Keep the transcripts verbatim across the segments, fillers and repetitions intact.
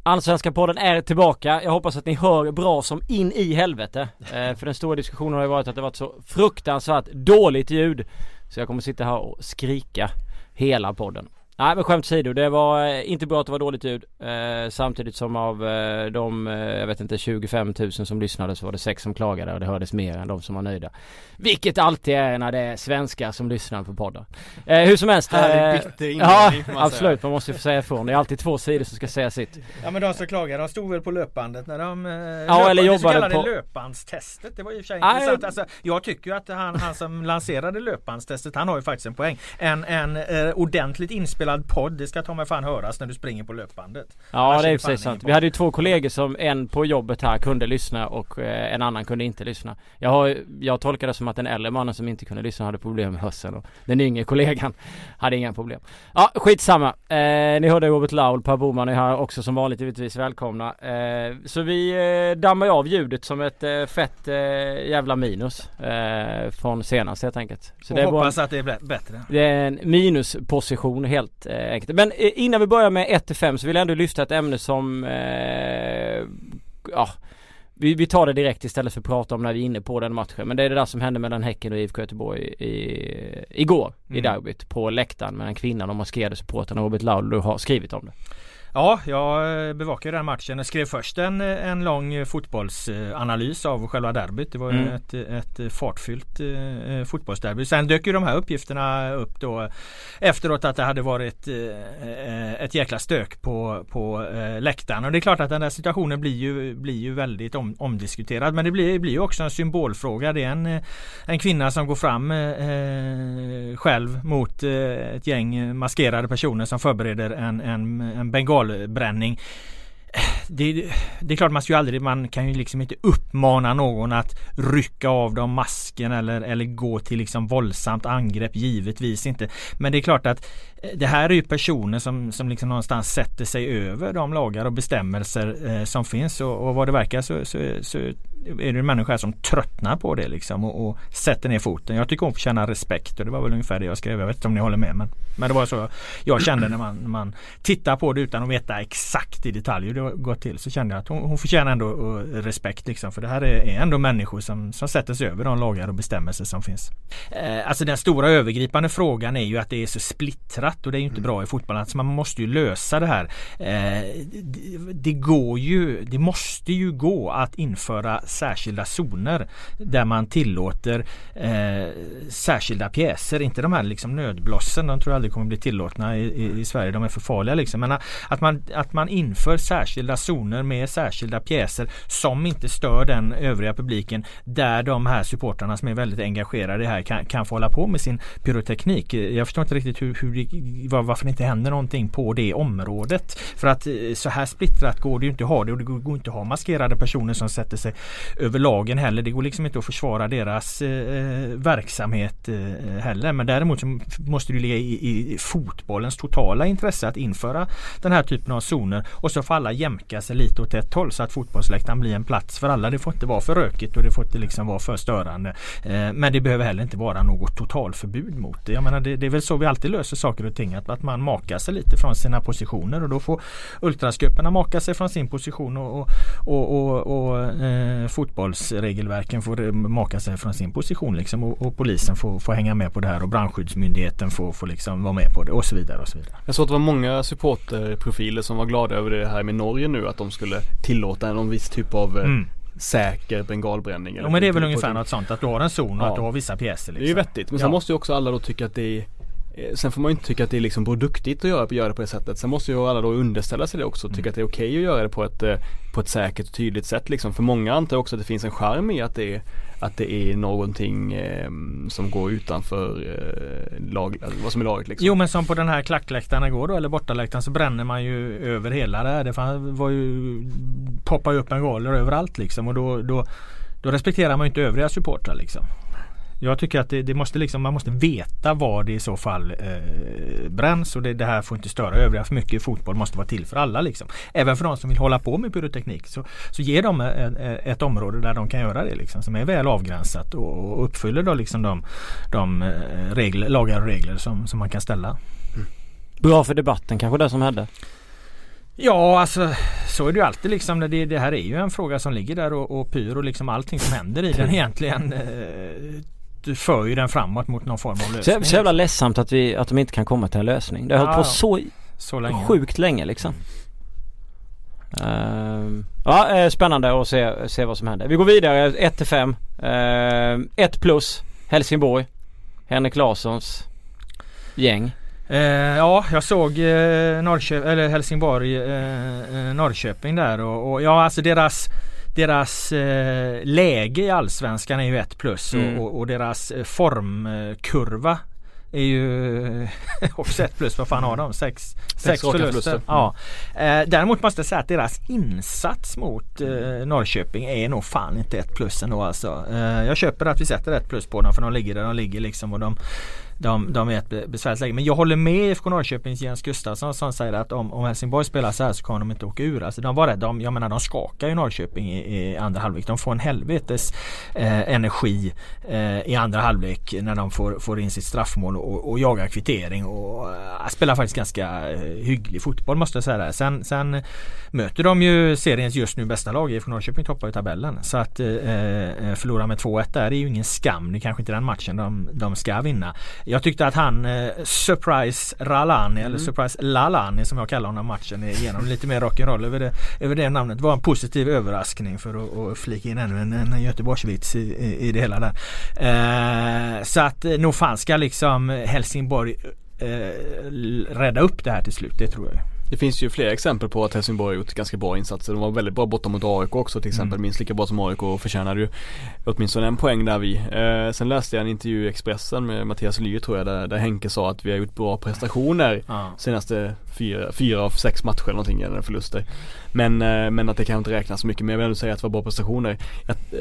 Allsvenska podden är tillbaka. Jag hoppas att ni hör bra som in i helvete. Eh, för den stora diskussionen har ju varit att det varit så fruktansvärt dåligt ljud. Så jag kommer sitta här och skrika hela podden. Nej, men skämt åsido, det var inte bra att det var dåligt ljud. Eh, samtidigt som av eh, de, eh, jag vet inte, tjugofem tusen som lyssnade så var det sex som klagade och det hördes mer än de som var nöjda. Vilket alltid är när det är svenskar som lyssnar på podden. Eh, hur som helst. Eh, ja, absolut, man måste ju få säga ifrån. Det är alltid två sidor som ska säga sitt. Ja, men de som klagar, de stod väl på löpbandet när de eh, ja, löpade, eller jobbade det så på löpbandstestet. Det var ju för sig intressant. Alltså, jag tycker ju att han, han som lanserade löpbandstestet, han har ju faktiskt en poäng. En, en eh, ordentligt inspelad podd, det ska ta mig fan höras när du springer på löpbandet. Ja, annars det är precis sant. Vi hade ju två kollegor som en på jobbet här kunde lyssna och eh, en annan kunde inte lyssna. Jag, har, jag tolkar det som att den äldre mannen som inte kunde lyssna hade problem med hörseln och den yngre kollegan hade inga problem. Ja, skitsamma. Eh, ni hörde Robert Laul, Per Boman är här också som vanligt, givetvis välkomna. Eh, så vi eh, dammar av ljudet som ett eh, fett eh, jävla minus eh, från senast helt enkelt. Så och det är hoppas bara, att det är bättre. Det är en minusposition helt eh, enkelt. Men eh, innan vi börjar med ett till fem så vill jag ändå lyfta ett ämne som eh, ja, vi, vi tar det direkt istället för att prata om när vi är inne på den matchen. Men det är det där som hände mellan Häcken och I F K Göteborg i, i, igår mm. i derbyt på läktaren med en kvinna och maskerade supporten och Robert Laul har skrivit om det. Ja, jag bevakade den matchen och skrev först en, en lång fotbollsanalys av själva derbyt. Det var mm. ett, ett fartfyllt eh, fotbollsderby. Sen dök ju de här uppgifterna upp då efteråt att det hade varit eh, ett jäkla stök på, på eh, läktaren. Och det är klart att den där situationen blir ju, blir ju väldigt om, omdiskuterad. Men det blir, blir ju också en symbolfråga. Det är en, en kvinna som går fram eh, själv mot eh, ett gäng maskerade personer som förbereder en, en, en bengal bränning. Det, det är klart man ska ju aldrig, man kan ju liksom inte uppmana någon att rycka av dem masken eller, eller gå till liksom våldsamt angrepp, givetvis inte. Men det är klart att det här är ju personer som, som liksom någonstans sätter sig över de lagar och bestämmelser eh, som finns och, och vad det verkar så, så, så är det en människa som tröttnar på det liksom och, och sätter ner foten. Jag tycker hon förtjänar respekt och det var väl ungefär det jag skrev. Jag vet inte om ni håller med, men, men det var så jag kände när man, när man tittar på det utan att veta exakt i detalj hur det går till, så kände jag att hon, hon förtjänar ändå uh, respekt liksom, för det här är, är ändå människor som, som sätter sig över de lagar och bestämmelser som finns. Eh, alltså den stora övergripande frågan är ju att det är så splittrat och det är ju inte bra i fotbollen. Alltså man måste ju lösa det här. Eh, det, det går ju, det måste ju gå att införa särskilda zoner där man tillåter eh, särskilda pjäser, inte de här liksom nödblossen, de tror jag aldrig kommer bli tillåtna i, i, i Sverige, de är för farliga liksom, men att man, att man inför särskilda zoner med särskilda pjäser som inte stör den övriga publiken, där de här supportarna som är väldigt engagerade här kan, kan få hålla på med sin pyroteknik. Jag förstår inte riktigt hur, hur det, var, varför det inte händer någonting på det området, för att så här splittrat går det ju inte att ha det, och det går, går inte att ha maskerade personer som sätter sig över lagen heller. Det går liksom inte att försvara deras eh, verksamhet eh, heller, men däremot så måste det ligga i, i fotbollens totala intresse att införa den här typen av zoner, och så får alla jämka sig lite åt ett håll så att fotbollsläktaren blir en plats för alla. Det får inte vara för rökigt och det får inte liksom vara för störande, eh, men det behöver heller inte vara något totalförbud mot det. Jag menar, det, det är väl så vi alltid löser saker och ting, att, att man makar sig lite från sina positioner, och då får ultrasköparna maka sig från sin position och, och, och, och, och eh, fotbollsregelverken får maka sig från sin position liksom, och, och polisen får, får hänga med på det här, och brandskyddsmyndigheten får, får liksom vara med på det, och så vidare och så vidare. Jag såg att det var många supporterprofiler som var glada över det här med Norge nu, att de skulle tillåta någon viss typ av mm. säker bengalbränning. Ja, men det är väl ungefär något sånt, att du har en zon och ja. att du har vissa pjäser. Liksom. Det är ju vettigt, men sen ja. måste ju också alla då tycka att det är, sen får man ju inte tycka att det är liksom produktigt att göra på, göra det på det sättet. Sen måste ju alla då underställa sig det också och tycka mm. att det är okej okay att göra det på ett, på ett säkert och tydligt sätt liksom. För många antar också att det finns en charm i att det är, att det är någonting eh, som går utanför eh, lag, vad som är laget liksom. Jo, men som på den här klackläktaren igår då, eller bortaläktaren, så bränner man ju över hela det här. Det var ju, poppar ju upp bengaler överallt liksom, och då, då, då respekterar man ju inte övriga supportrar liksom. Jag tycker att det, det måste liksom, man måste veta vad det i så fall eh, bränns, och det, det här får inte störa övriga för mycket. Fotboll måste vara till för alla liksom. Även för de som vill hålla på med pyroteknik, så, så ger de ett, ett område där de kan göra det liksom, som är väl avgränsat och, och uppfyller då liksom de, de regler, lagar och regler som, som man kan ställa. Mm. Bra för debatten kanske det som hände. Ja, alltså så är det ju alltid liksom. Det, det här är ju en fråga som ligger där och, och pyr och liksom allting som händer i den egentligen eh, du för ju den framåt mot någon form av lösning. Så, så jävla ledsamt att, vi, att de inte kan komma till en lösning. Det har ja, hållit på så, så länge. sjukt länge liksom. Uh, ja, spännande att se, se vad som händer. Vi går vidare, ett till fem. Uh, ett plus, Helsingborg. Henrik Larssons gäng. Uh, ja, jag såg uh, Norrkö- eller Helsingborg uh, Norrköping där och, och ja, alltså deras Deras eh, läge i allsvenskan är ju ett plus mm. och, och, och deras eh, formkurva är ju också ett plus. Vad fan har de? Sex, sex, sex förluster. förluster. Ja. Eh, däremot måste jag säga att deras insats mot eh, Norrköping är nog fan inte ett plus ändå alltså. Eh, jag köper att vi sätter ett plus på dem för de ligger där de ligger liksom och de De, de är ett besvärligt läge. Men jag håller med I F K Norrköpings Jens Gustafsson som säger att om, om Helsingborg spelar så här så kan de inte åka ur. Alltså de var rädda. De, jag menar de skakar ju Norrköping i, i andra halvlek. De får en helvetes eh, energi eh, i andra halvlek när de får, får in sitt straffmål och, och jagar kvittering och äh, spelar faktiskt ganska eh, hygglig fotboll måste jag säga. Där. Sen, sen möter de ju seriens just nu bästa lag. I F K Norrköping toppar i tabellen. Så att eh, förlora med två ett där är ju ingen skam. Det är kanske inte den matchen de, de ska vinna. Jag tyckte att han eh, Surprise Ralani mm. eller Surprise Lalani som jag kallar honom matchen igenom lite mer rock'n'roll över det, över det namnet var en positiv överraskning för att, att flika in ännu en, en Göteborgsvits i, i, i det hela där. Eh, så att eh, nog fan ska liksom Helsingborg eh, rädda upp det här till slut, det tror jag. Det finns ju flera exempel på att Helsingborg har gjort ganska bra insatser. De var väldigt bra bortom mot A I K också till exempel. Mm. Minst lika bra som A I K och förtjänade ju åtminstone en poäng där vi. Eh, sen läste jag en intervju i Expressen med Mattias Ly tror jag där, där Henke sa att vi har gjort bra prestationer ah. senaste fyra, fyra av sex matcher eller någonting eller förluster. Men, eh, men att det kan inte räknas så mycket. Men jag vill ändå säga att det var bra prestationer. Att,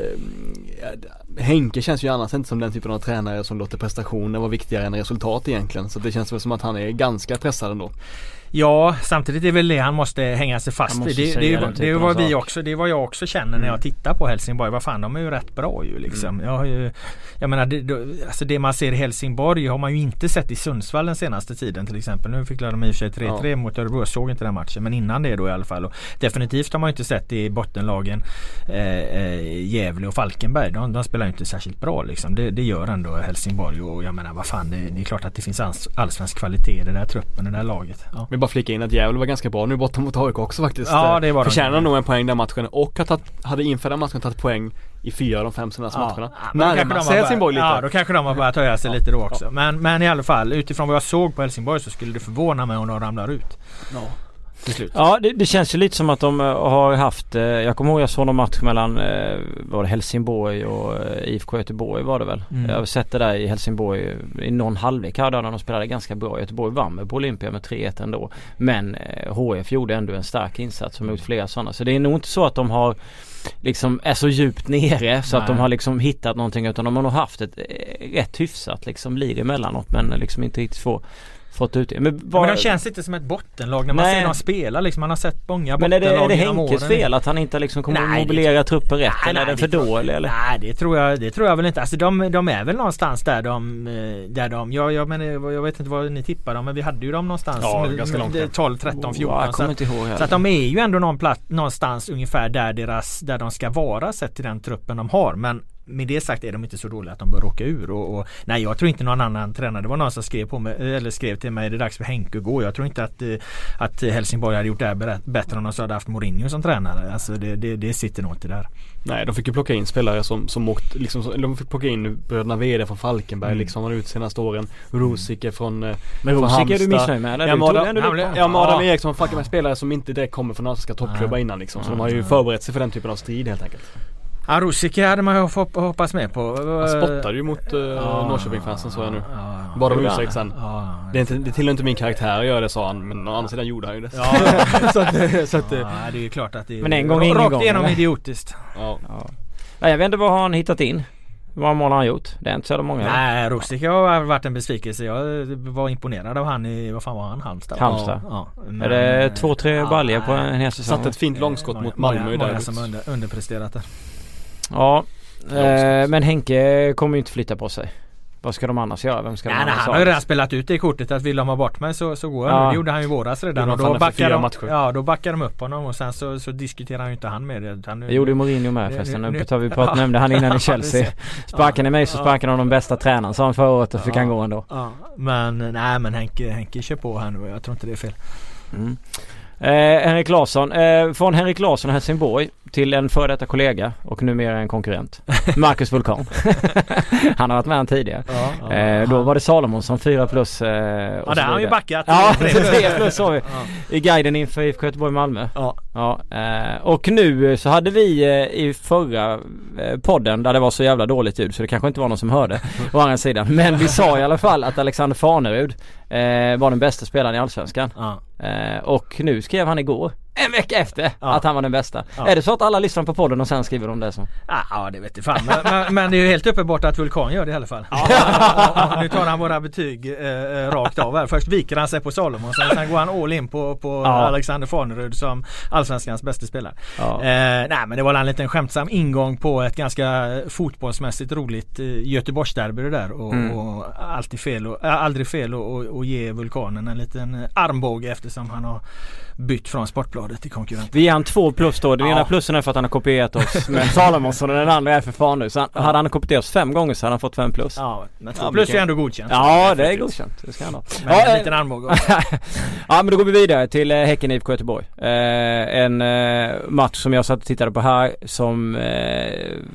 eh, Henke känns ju annars inte som den typen av tränare som låter prestationer vara viktigare än resultat egentligen. Så det känns väl som att han är ganska pressad ändå. Ja, samtidigt är väl det han måste hänga sig fast vid. Det, det, det, det är vad vi också, det är vad jag också känner mm. när jag tittar på Helsingborg. Vad fan, de är ju rätt bra ju liksom. Mm. Jag har ju, jag menar, det, då, alltså det man ser i Helsingborg har man ju inte sett i Sundsvall den senaste tiden till exempel. Nu fick de i och för sig tre tre ja. mot Örebro. Jag såg inte den matchen, men innan det då i alla fall. Och definitivt har man ju inte sett i bottenlagen eh, eh, Gävle och Falkenberg. De, de spelar ju inte särskilt bra liksom. Det, det gör ändå Helsingborg och jag menar, vad fan, det, det är klart att det finns all, allsvensk kvalitet i den där truppen, det där laget. Ja. Men bara flika in att Gävle var ganska bra nu borta mot A I K också faktiskt. Ja, det var förtjänar nog en poäng den matchen och har tatt, hade inför den matchen tagit poäng i fyra av de fem senaste ja. matcherna. Ja, men man ser Helsingborg lite. Ja, då kanske de har börjat höja sig lite då också. Ja. Men, men i alla fall, utifrån vad jag såg på Helsingborg så skulle det förvåna mig om de ramlar ut. Ja. Ja, det, det känns ju lite som att de har haft, eh, jag kommer ihåg jag såg någon match mellan eh, var det Helsingborg och eh, I F K Göteborg var det väl. Mm. Jag har sett det där i Helsingborg i någon halvlek här där de spelade ganska bra. Göteborg vann med på Olympia med tre ett ändå. Men eh, H F gjorde ändå en stark insats som gjort flera sådana. Så det är nog inte så att de har liksom är så djupt nere så Nej. att de har liksom hittat någonting, utan de har nog haft ett eh, rätt hyfsat liksom lir emellanåt men liksom inte riktigt få fått ut. Men, var... men de känns inte som ett bottenlag när man Nej. ser dem spela liksom. Man har sett många bottenlag. Men är det, är det Henkes fel att han inte liksom kommer Nej, att mobilera det... truppen rätt Nej, eller är den för dålig eller? Nej, det tror jag det tror jag väl inte. Alltså de, de är väl någonstans där de där de jag jag men jag vet inte vad ni tippar dem, men vi hade ju dem någonstans ja, ganska långt. tolv, tretton, fjorton oh, jag så, inte ihåg så att de är ju ändå någon plats, någonstans ungefär där deras där de ska vara sett till den truppen de har, men med det sagt är de inte så dåliga att de bör åka ur och, och nej, jag tror inte någon annan tränare. Det var någon som skrev på mig eller skrev till mig det är dags för Henke att gå. Jag tror inte att, att Helsingborg hade gjort det här bättre om de så hade haft Mourinho som tränare. Alltså det, det, det sitter nog inte där. Nej, de fick ju plocka in spelare som, som åkt liksom, de fick plocka in bröderna Vede från Falkenberg mm. liksom har ut senaste åren. Rosiker från Men Rosiker är du missnöjd med eller? Ja, Adam, ja, Adam Eriksson från Falkenberg spelare som inte direkt kommer från allsvenska toppklubbar innan liksom. Så de har ju förberett sig för den typen av strid helt enkelt. Ja, Rosiker hade man ju hoppats med på. Han spottade ju mot uh, ja, Norrköping-fansen så jag nu. Ja, Bara om ursäkt sen. Ja, det, är inte, det tillhör inte min karaktär att göra det, sa han. Men å andra sidan gjorde han ju det. Ja, så att, så att, ja, det är ju klart att det är men en gång, ingen rakt gång, igenom idiotiskt. Ja. Ja. Ja, jag vet inte vad han hittat in. Vad mål har han gjort? Det är inte så många. Nej, Rosiker har varit en besvikelse. Jag var imponerad av han i, vad fan var han? Halmstad. Halmstad. Ja, men, är det två, tre ja, baljor på en hel säsong? Satt ett fint långskott många, mot Malmö många, där. Många som under, underpresterat där. Ja, eh, men Henke kommer ju inte flytta på sig. Vad ska de annars göra? Vem ska nej, de nej, annars han har ju redan spelat ut det kortet att vill de ha bort mig så, så går jag. Ja. Det gjorde han ju våras redan. Det Och då backar de, matcher. ja, då backar de upp honom och sen så, så diskuterar han ju inte han med det. Han, Det gjorde ju Mourinho med nu- förresten. nu- Nu tar vi ja. prat, nämnde han innan i Chelsea. Sparkar ni mig så Ja. sparkar de de bästa tränaren, sa han förra året och fick Ja. han gå ändå. Ja, men nej men Henke, Henke kör på här nu. Jag tror inte det är fel. Mm. Eh, Henrik Larsson, eh, från Henrik Larsson och Helsingborg till en före detta kollega och numera en konkurrent. Marcus Vulkan. Han har varit med han tidigare. Ja, Eh, då var det Salomon som fyra plus. Eh, och ja så där har han ju vidare. backat. Ja, tre plus sa vi. Ja. I guiden inför I F K Göteborg-Malmö. Ja. Ja, eh, och nu så hade vi eh, i förra eh, podden där det var så jävla dåligt ljud så det kanske inte var någon som hörde å andra sidan. Men vi sa i alla fall att Alexander Farnerud eh, var den bästa spelaren i Allsvenskan. Ja. Eh, och nu skrev han igår, en vecka efter, Ja. att han var den bästa. Ja. Är det så att alla lyssnar på podden och sen skriver de det så? Ja, det vet jag fan. Men, men, men det är ju helt uppenbart att Vulkan gör det i alla fall. Ja. Nu tar han våra betyg eh, rakt av här. Först viker han sig på Salomon, sen, sen går han all in på, på Ja. Alexander Farnerud som Allsvenskans bästa spelare. Ja. Eh, nej men det var en liten skämtsam ingång på ett ganska fotbollsmässigt roligt eh, Göteborgsderby det där. Och, Mm. och alltid fel och, äh, aldrig fel och, och, och ge Vulkanen en liten eh, armbåge eftersom han har bytt från Sportbladet till konkurrent. Vi är han två plus då. Den Ja. ena plussen är för att han har kopierat oss med Salomonsson och den andra är för Farnerud. Så han, hade han kopierat oss fem gånger så hade han fått fem plus. Ja, men två Ja, plus är vilken- ändå godkänt. Ja, det är godkänt. Det ska han ha. Men Ja, en eh, liten armbåge. ja men då går vi vidare till eh, Häcken I F K Göteborg. Eh, en eh, match som jag satt och tittade på här som eh,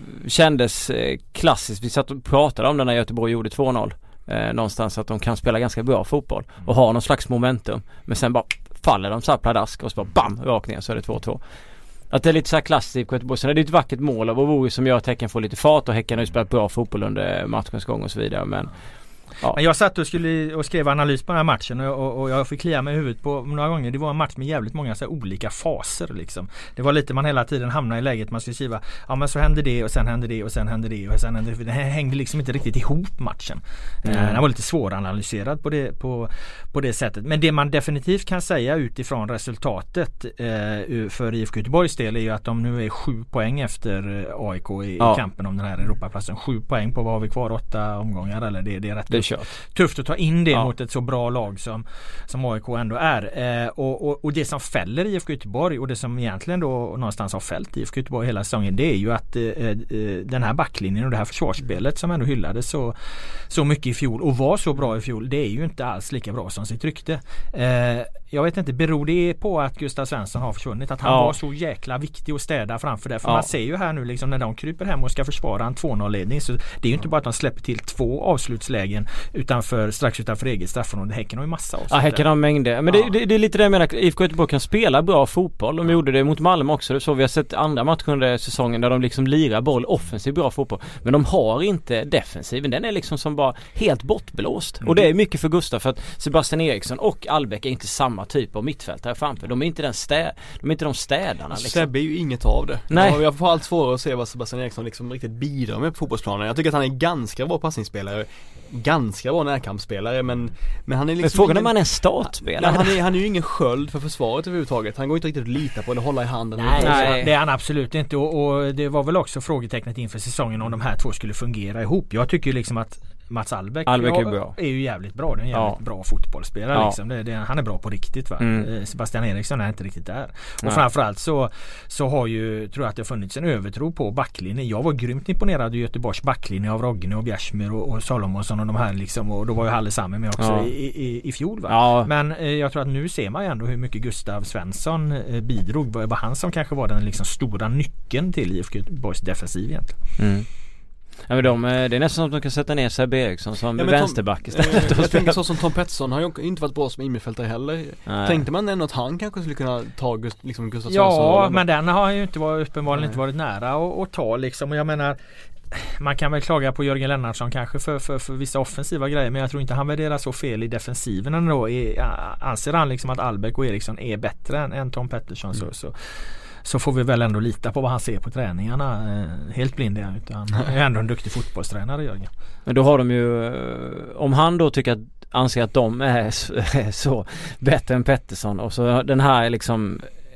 kändes eh, klassiskt. Vi satt och pratade om den när Göteborg gjorde två noll. Eh, någonstans att de kan spela ganska bra fotboll och ha någon slags momentum. Men sen bara faller de så här pladask och så bara bam, rakt ner så är det två två. Att det är lite så här klassiskt I F K Göteborg. Sen är det ett vackert mål av Ovori som gör att Häcken får lite fart och Häcken har ju spelat bra fotboll under matchens gång och så vidare. Men ja. Men jag satt och, skulle, och skrev analys på den här matchen och, och jag fick klia mig i huvudet på några gånger. Det var en match med jävligt många så här olika faser liksom. Det var lite man hela tiden hamnade i läget man skulle skriva, ja men så hände det och sen hände det och sen hände det och sen hände det. Det hängde liksom inte riktigt ihop matchen. Mm. Den var lite svåranalyserad på det, på, på det sättet. Men det man definitivt kan säga utifrån resultatet eh, för I F K Göteborgs del är ju att de nu är sju poäng efter A I K i, Ja. i kampen om den här Europaplatsen. Sju poäng på vad har vi kvar? Åtta omgångar eller det, det är rätt Det är kört. tufft att ta in det Ja. mot ett så bra lag som, som A I K ändå är. Eh, och, och, och det som fäller I F K Göteborg och det som egentligen då någonstans har fällt I F K Göteborg hela säsongen, det är ju att eh, eh, den här backlinjen och det här försvarsspelet som ändå hyllades så, så mycket i fjol och var så bra i fjol, det är ju inte alls lika bra som sitt rykte. Eh, jag vet inte, beror det på att Gustav Svensson har försvunnit? Att han Ja. var så jäkla viktig att städa framför det? För Ja. man ser ju här nu liksom när de kryper hem och ska försvara en två noll-ledning så det är ju inte bara att de släpper till två avslutslägen utanför, strax utanför eget straffområde. Häcken har ju massa avslut. Ja, Häcken har mängder. Men Ja. det, det, det är lite det jag menar. I F K Göteborg kan spela bra fotboll. De gjorde det mot Malmö också. Det så vi har sett andra matcher under säsongen där de liksom lirar boll offensiv bra fotboll. Men de har inte defensiven. Den är liksom som bara helt bortblåst. Mm. Och det är mycket för Gustav för att Sebastian Eriksson och Albeck är inte samma typ av mittfältare framför. De är inte den stä, de är inte de städarna liksom. Sebbe är ju inget av det. Nej. Jag, jag får allt svårare att se vad Sebastian Eriksson liksom riktigt bidrar med på fotbollsplanen. Jag tycker att han är ganska bra passningsspelare, ganska bra närkampsspelare, men, men han är liksom Men frågan är ingen, om han är en startspelare. ja, han, är, han är ju ingen sköld för försvaret överhuvudtaget. Han går inte riktigt att lita på eller hålla i handen. Nej, Nej. det är han absolut inte och, och det var väl också frågetecknet inför säsongen om de här två skulle fungera ihop. Jag tycker ju liksom att Mats Albeck, Albeck är ja, bra. är ju jävligt bra. Det är en jävligt Ja. bra fotbollsspelare Ja. liksom. det, det, han är bra på riktigt va. Mm. Eh, Sebastian Eriksson är inte riktigt där. Och Nej. framförallt så, så har ju, tror jag att det har funnits en övertro på backlinjen. Jag var grymt imponerad av Göteborgs backlinje av Rogne och Bjärsmyr och, och Salomonsson och de här liksom, och då var ju Halle Sami med också Ja. i, i, i fjol va. Ja. Men eh, jag tror att nu ser man ju ändå hur mycket Gustav Svensson eh, bidrog. Det var han som kanske var den liksom stora nyckeln till I F K Göteborgs defensiv egentligen. Mm. Ja, men de, det är nästan som att de kan sätta ner Sebbe Eriksson som Ja, men Tom- vänsterback istället. Eh, jag tänker så som Tom Pettersson har ju inte varit bra som innermittfältare heller. Nej. Tänkte man ändå att han kanske skulle kunna ta Gust, liksom Gustav Svensson? Ja, men den har ju inte varit, uppenbarligen Nej. inte varit nära att, att ta liksom. Och jag menar, man kan väl klaga på Jörgen Lennartsson kanske för, för, för vissa offensiva grejer, men jag tror inte han värderar så fel i defensiven ändå. Är, anser han liksom att Albeck och Eriksson är bättre än, än Tom Pettersson mm. så, så så får vi väl ändå lita på vad han ser på träningarna. Helt blind är han, utan han är ändå en duktig fotbollstränare, Jörgen. Men då har de ju, om han då tycker att, anser att de är så, är så bättre än Pettersson och så den här liksom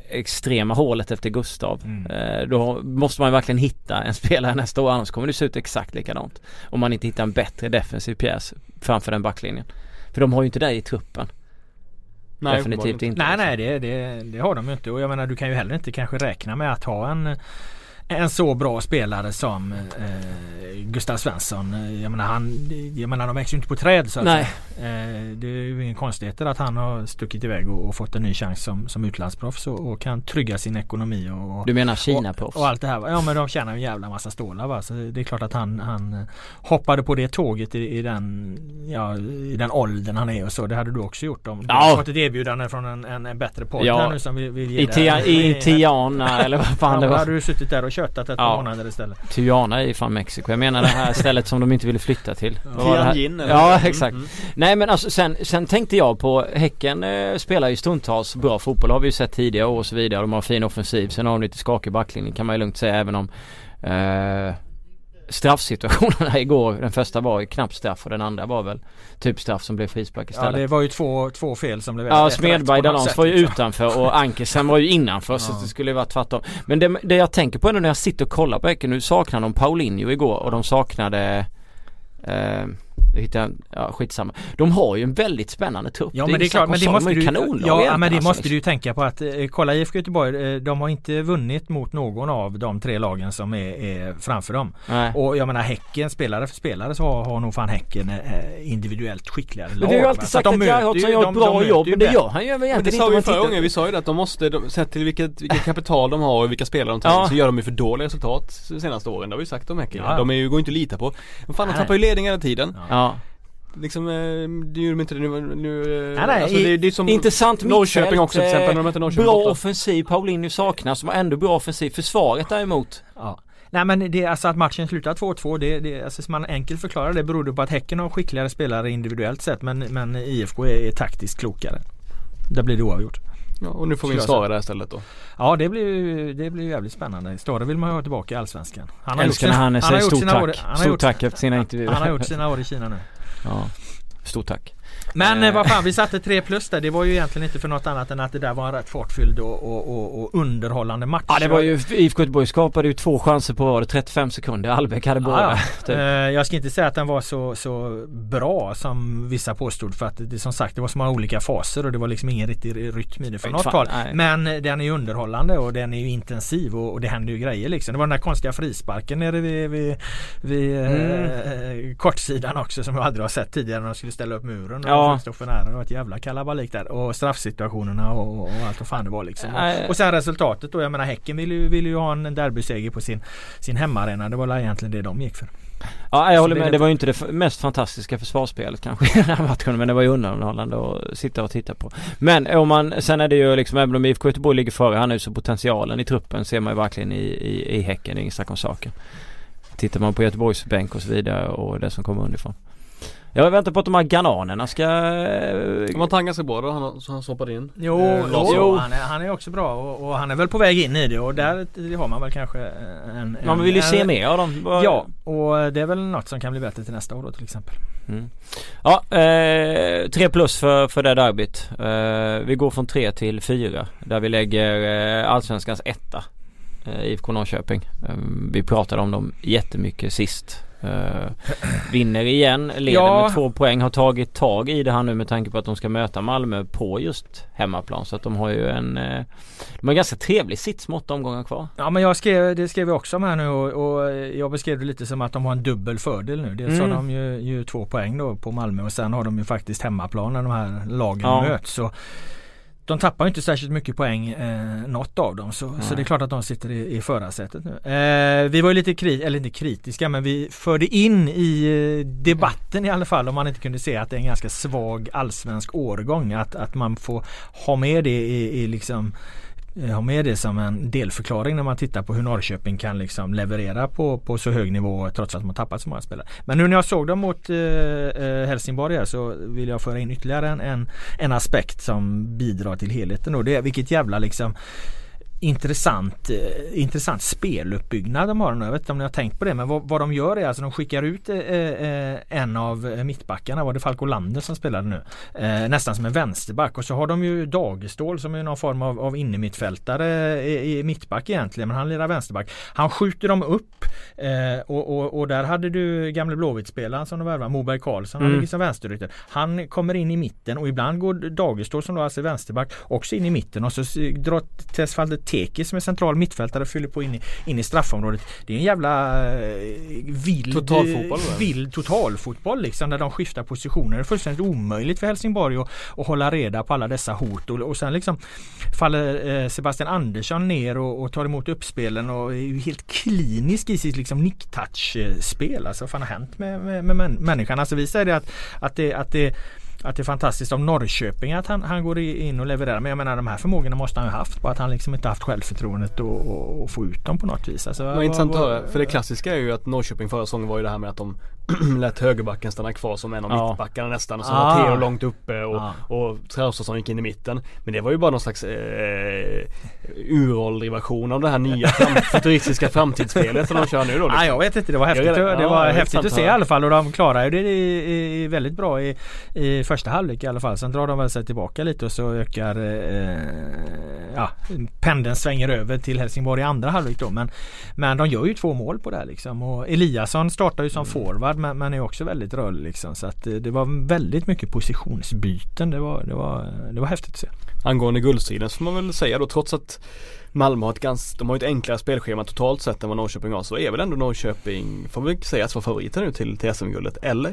extrema hålet efter Gustav. Mm. Eh, då måste man verkligen hitta en spelare nästa år, annars kommer det se ut exakt likadant. Om man inte hittar en bättre defensiv pjäs framför den backlinjen. För de har ju inte det i truppen. Nej, definitivt inte. Nej, nej det, det, det har de ju inte. Och jag menar, du kan ju heller inte kanske räkna med att ha en en så bra spelare som eh, Gustav Svensson. Jag menar, han, jag menar de växer ju inte på träd så att Nej. eh, det är ju ingen konstigheter att han har stuckit iväg och, och fått en ny chans som, som utlandsproffs och, och kan trygga sin ekonomi och, och du menar Kina-proffs? Och, och allt det här. Ja, men de tjänar en jävla massa stålar, va? Så det är klart att han, han hoppade på det tåget i, i, den, ja, i den åldern han är och så. Det hade du också gjort om du ja. hade fått ett erbjudande från en, en, en bättre podd ja. nu som vill, vill ge I, tia, i Tiana eller vad fan ja, det var. hade du suttit där och köttat ett ja. månader istället. Tijuana är från Mexiko. Jag menar det här stället som de inte ville flytta till. Tianjin. Ja, exakt. Mm. Nej, men alltså sen, sen tänkte jag på Häcken eh, spelar ju stundtals bra fotboll. Har vi ju sett tidigare och så vidare. De har fin offensiv. Sen har de lite skakig backlinje kan man ju lugnt säga, även om eh, straffsituationerna igår, den första var ju knappt straff och den andra var väl typ straff som blev frispark istället. Ja, det var ju två, två fel som blev ja, Smedberg Dalans var ju liksom utanför och Ankersen var ju innanför. Ja. Så det skulle ju vara tvärtom. Men det, det jag tänker på ändå när jag sitter och kollar på Häcken, nu saknar de Paulinho igår och de saknade eh, det hittar jag, ja, skitsamma. De har ju en väldigt spännande trupp. Ja, men det är klart, men det måste du, ja, ja, men det alltså, måste du ju tänka på att eh, kolla I F K Göteborg, eh, de har inte vunnit mot någon av de tre lagen som är, är framför dem. Nej. Och jag menar, Häcken, spelare för spelare så har, har nog fan Häcken eh, individuellt skickligare lag. Men det är ju alltid sagt att Gerhardsson gör ett bra jobb, men det gör han ju egentligen inte. Det sa vi förra gången, vi sa ju det att de måste, de, sett till vilket, vilket kapital de har och vilka spelare de tar ja. Så gör de ju för dåliga resultat de senaste åren. Det har vi sagt om Häcken. Ja. De är ju, går inte att lita på. Men fan, de tappar ju ledning hela tiden. Ja. Ja. Liksom, det gör de inte det nu, nu nej, nej, alltså, det, det är som intressant Norrköping också till exempel, de inte Norrköping bra borta. Offensiv, Paulinho saknas som ändå bra offensiv, försvaret däremot. Ja. Nej, men det är alltså att matchen slutar två två, det, det alltså, man enkelt förklarar det beror på att Häcken har skickligare spelare individuellt sett, men, men I F K är, är taktiskt klokare. Där blir det oavgjort. Ja, och nu får vi en Stare där istället då. Ja, det blir det blir jävligt spännande. Stare vill man ha tillbaka i Allsvenskan. Han har Älskar gjort, när han, han säger stort tack. År, han stort gjort, tack efter sina intervjuer. Han har gjort sina år i Kina nu. Ja, stort tack. Men eh. vad fan, vi satte tre plus där. Det var ju egentligen inte för något annat än att det där var en rätt fartfylld och, och, och, och underhållande match. Ja, det var ju, I F K Göteborg skapade ju två chanser på trettiofem sekunder. Albeck hade båda. Ja, ja. Typ. Eh, jag ska inte säga att den var så, så bra som vissa påstod, för att det som sagt, det var så många olika faser och det var liksom ingen riktig rytm i det från något håll. Men den är ju underhållande och den är ju intensiv och, och det händer ju grejer liksom. Det var den där konstiga frisparken nere vid, vid, vid mm. eh, kortsidan också som jag aldrig har sett tidigare när de skulle ställa upp muren. Ja. Och stå för nära. Det var ett jävla kalabalik där. Och straffsituationerna och, och allt vad fan det var liksom. Och, och sen resultatet då. Jag menar, Häcken ville ju, ville ju ha en derbyseger på sin, sin hemmaarena. Det var egentligen det de gick för. Ja, jag håller med. Det var ju inte det mest fantastiska försvarsspelet kanske i den här matchen, men det var ju underhållande att sitta och titta på. Men om man, sen är det ju liksom, även om I F K Göteborg ligger före, han är ju så potentialen i truppen ser man ju verkligen i, i, i Häcken. Det är ingen snack om saken. Tittar man på Göteborgs bänk och så vidare och det som kommer underifrån. Jag väntar på att de här Ghananerna ska... De har tagit ganska bra då, han, så han stoppade in. Jo, eh, jo han, är, han är också bra och, och han är väl på väg in i det och där det har man väl kanske en... en man vill ju en, se mer av dem. Ja, och det är väl något som kan bli bättre till nästa år då till exempel. Mm. Ja, eh, tre plus för, för det derbyt. Eh, vi går från tre till fyra där vi lägger eh, Allsvenskans etta. eh, I F K Norrköping. Eh, vi pratade om dem jättemycket sist. Uh, vinner igen, leder ja. med två poäng, har tagit tag i det här nu med tanke på att de ska möta Malmö på just hemmaplan, så att de har ju en uh, de har en ganska trevlig sits med åtta omgångar kvar. Ja, men jag skrev, det skrev jag också om här nu och, och jag beskrev det lite som att de har en dubbel fördel nu. Dels mm. har de ju, ju två poäng då på Malmö och sen har de ju faktiskt hemmaplan när de här lagen ja. möts, så de tappar inte särskilt mycket poäng eh, något av dem, så, så det är klart att de sitter i, i förarsätet nu. Eh, vi var ju lite kri- eller inte kritiska, men vi förde in i eh, debatten i alla fall, om man inte kunde se att det är en ganska svag allsvensk årgång, att, att man får ha med det i, i liksom ha med det som en delförklaring när man tittar på hur Norrköping kan liksom leverera på, på så hög nivå trots att man tappat så många spelare. Men nu när jag såg dem mot eh, Helsingborg här, så vill jag föra in ytterligare en, en, en aspekt som bidrar till helheten. Och det är vilket jävla liksom intressant eh, intressant speluppbyggnad de har nu. Jag vet inte om ni har tänkt på det, men vad, vad de gör är alltså de skickar ut eh, eh, en av mittbackarna, var det Falco Lander som spelade nu, eh, nästan som en vänsterback, och så har de ju Dagestål som är någon form av, av innermittfältare i, i mittback egentligen, men han lirar vänsterback. Han skjuter dem upp eh, och, och, och där hade du gamle Blåvitt-spelaren som de värvar, Moberg Karlsson, han Mm. ligger som vänsterytter. Han kommer in i mitten och ibland går Dagestål som då alltså är vänsterback också in i mitten, och så drar Tesfalde Teki som är central mittfältare och fyller på in i, in i straffområdet. Det är en jävla eh, vild Totalfotboll, va? vild totalfotboll liksom, där de skiftar positioner. Det är fullständigt omöjligt för Helsingborg att, att hålla reda på alla dessa hot, och, och sen liksom faller eh, Sebastian Andersson ner och, och tar emot uppspelen och är ju helt klinisk i sitt liksom nick-touch-spel. Alltså vad fan har hänt med, med, med män, människan? Alltså vi säger det att, att det, att det att det är fantastiskt av Norrköping att han, han går in och levererar. Men jag menar, de här förmågorna måste han ju haft, bara att han liksom inte haft självförtroendet och, och, och få ut dem på något vis. Alltså, det var intressant att höra, för det klassiska är ju att Norrköping förra säsongen var ju det här med att de lät högerbacken stanna kvar som en av Ja. mittbackarna nästan, och så Ah. var Theo långt uppe och, Ah. och Traustason gick in i mitten. Men det var ju bara någon slags eh, uråldrig version av det här nya fram, futuristiska framtidsspelet som de kör nu då. Liksom. Ah, jag vet inte, det var häftigt, Jag vet- det ja, var det är häftigt sant att se här. i alla fall, och de klarar ju det i, i, väldigt bra i, i första halvlek i alla fall. Sen drar de väl sig tillbaka lite och så ökar eh, ja, pendeln svänger över till Helsingborg i andra halvlek då, men, men de gör ju två mål på det här liksom, och Eliasson startar ju som forward men, men är också väldigt rörlig liksom, så att det var väldigt mycket positionsbyten. Det var, det var, det var häftigt att se. Angående guldstriden så får man väl säga då, trots att Malmö har ett ganska, de har ett enklare spelschema totalt sett än vad Norrköping har, så är väl ändå Norrköping, får vi säga, att vara favoriter nu till, till S M-guldet, eller?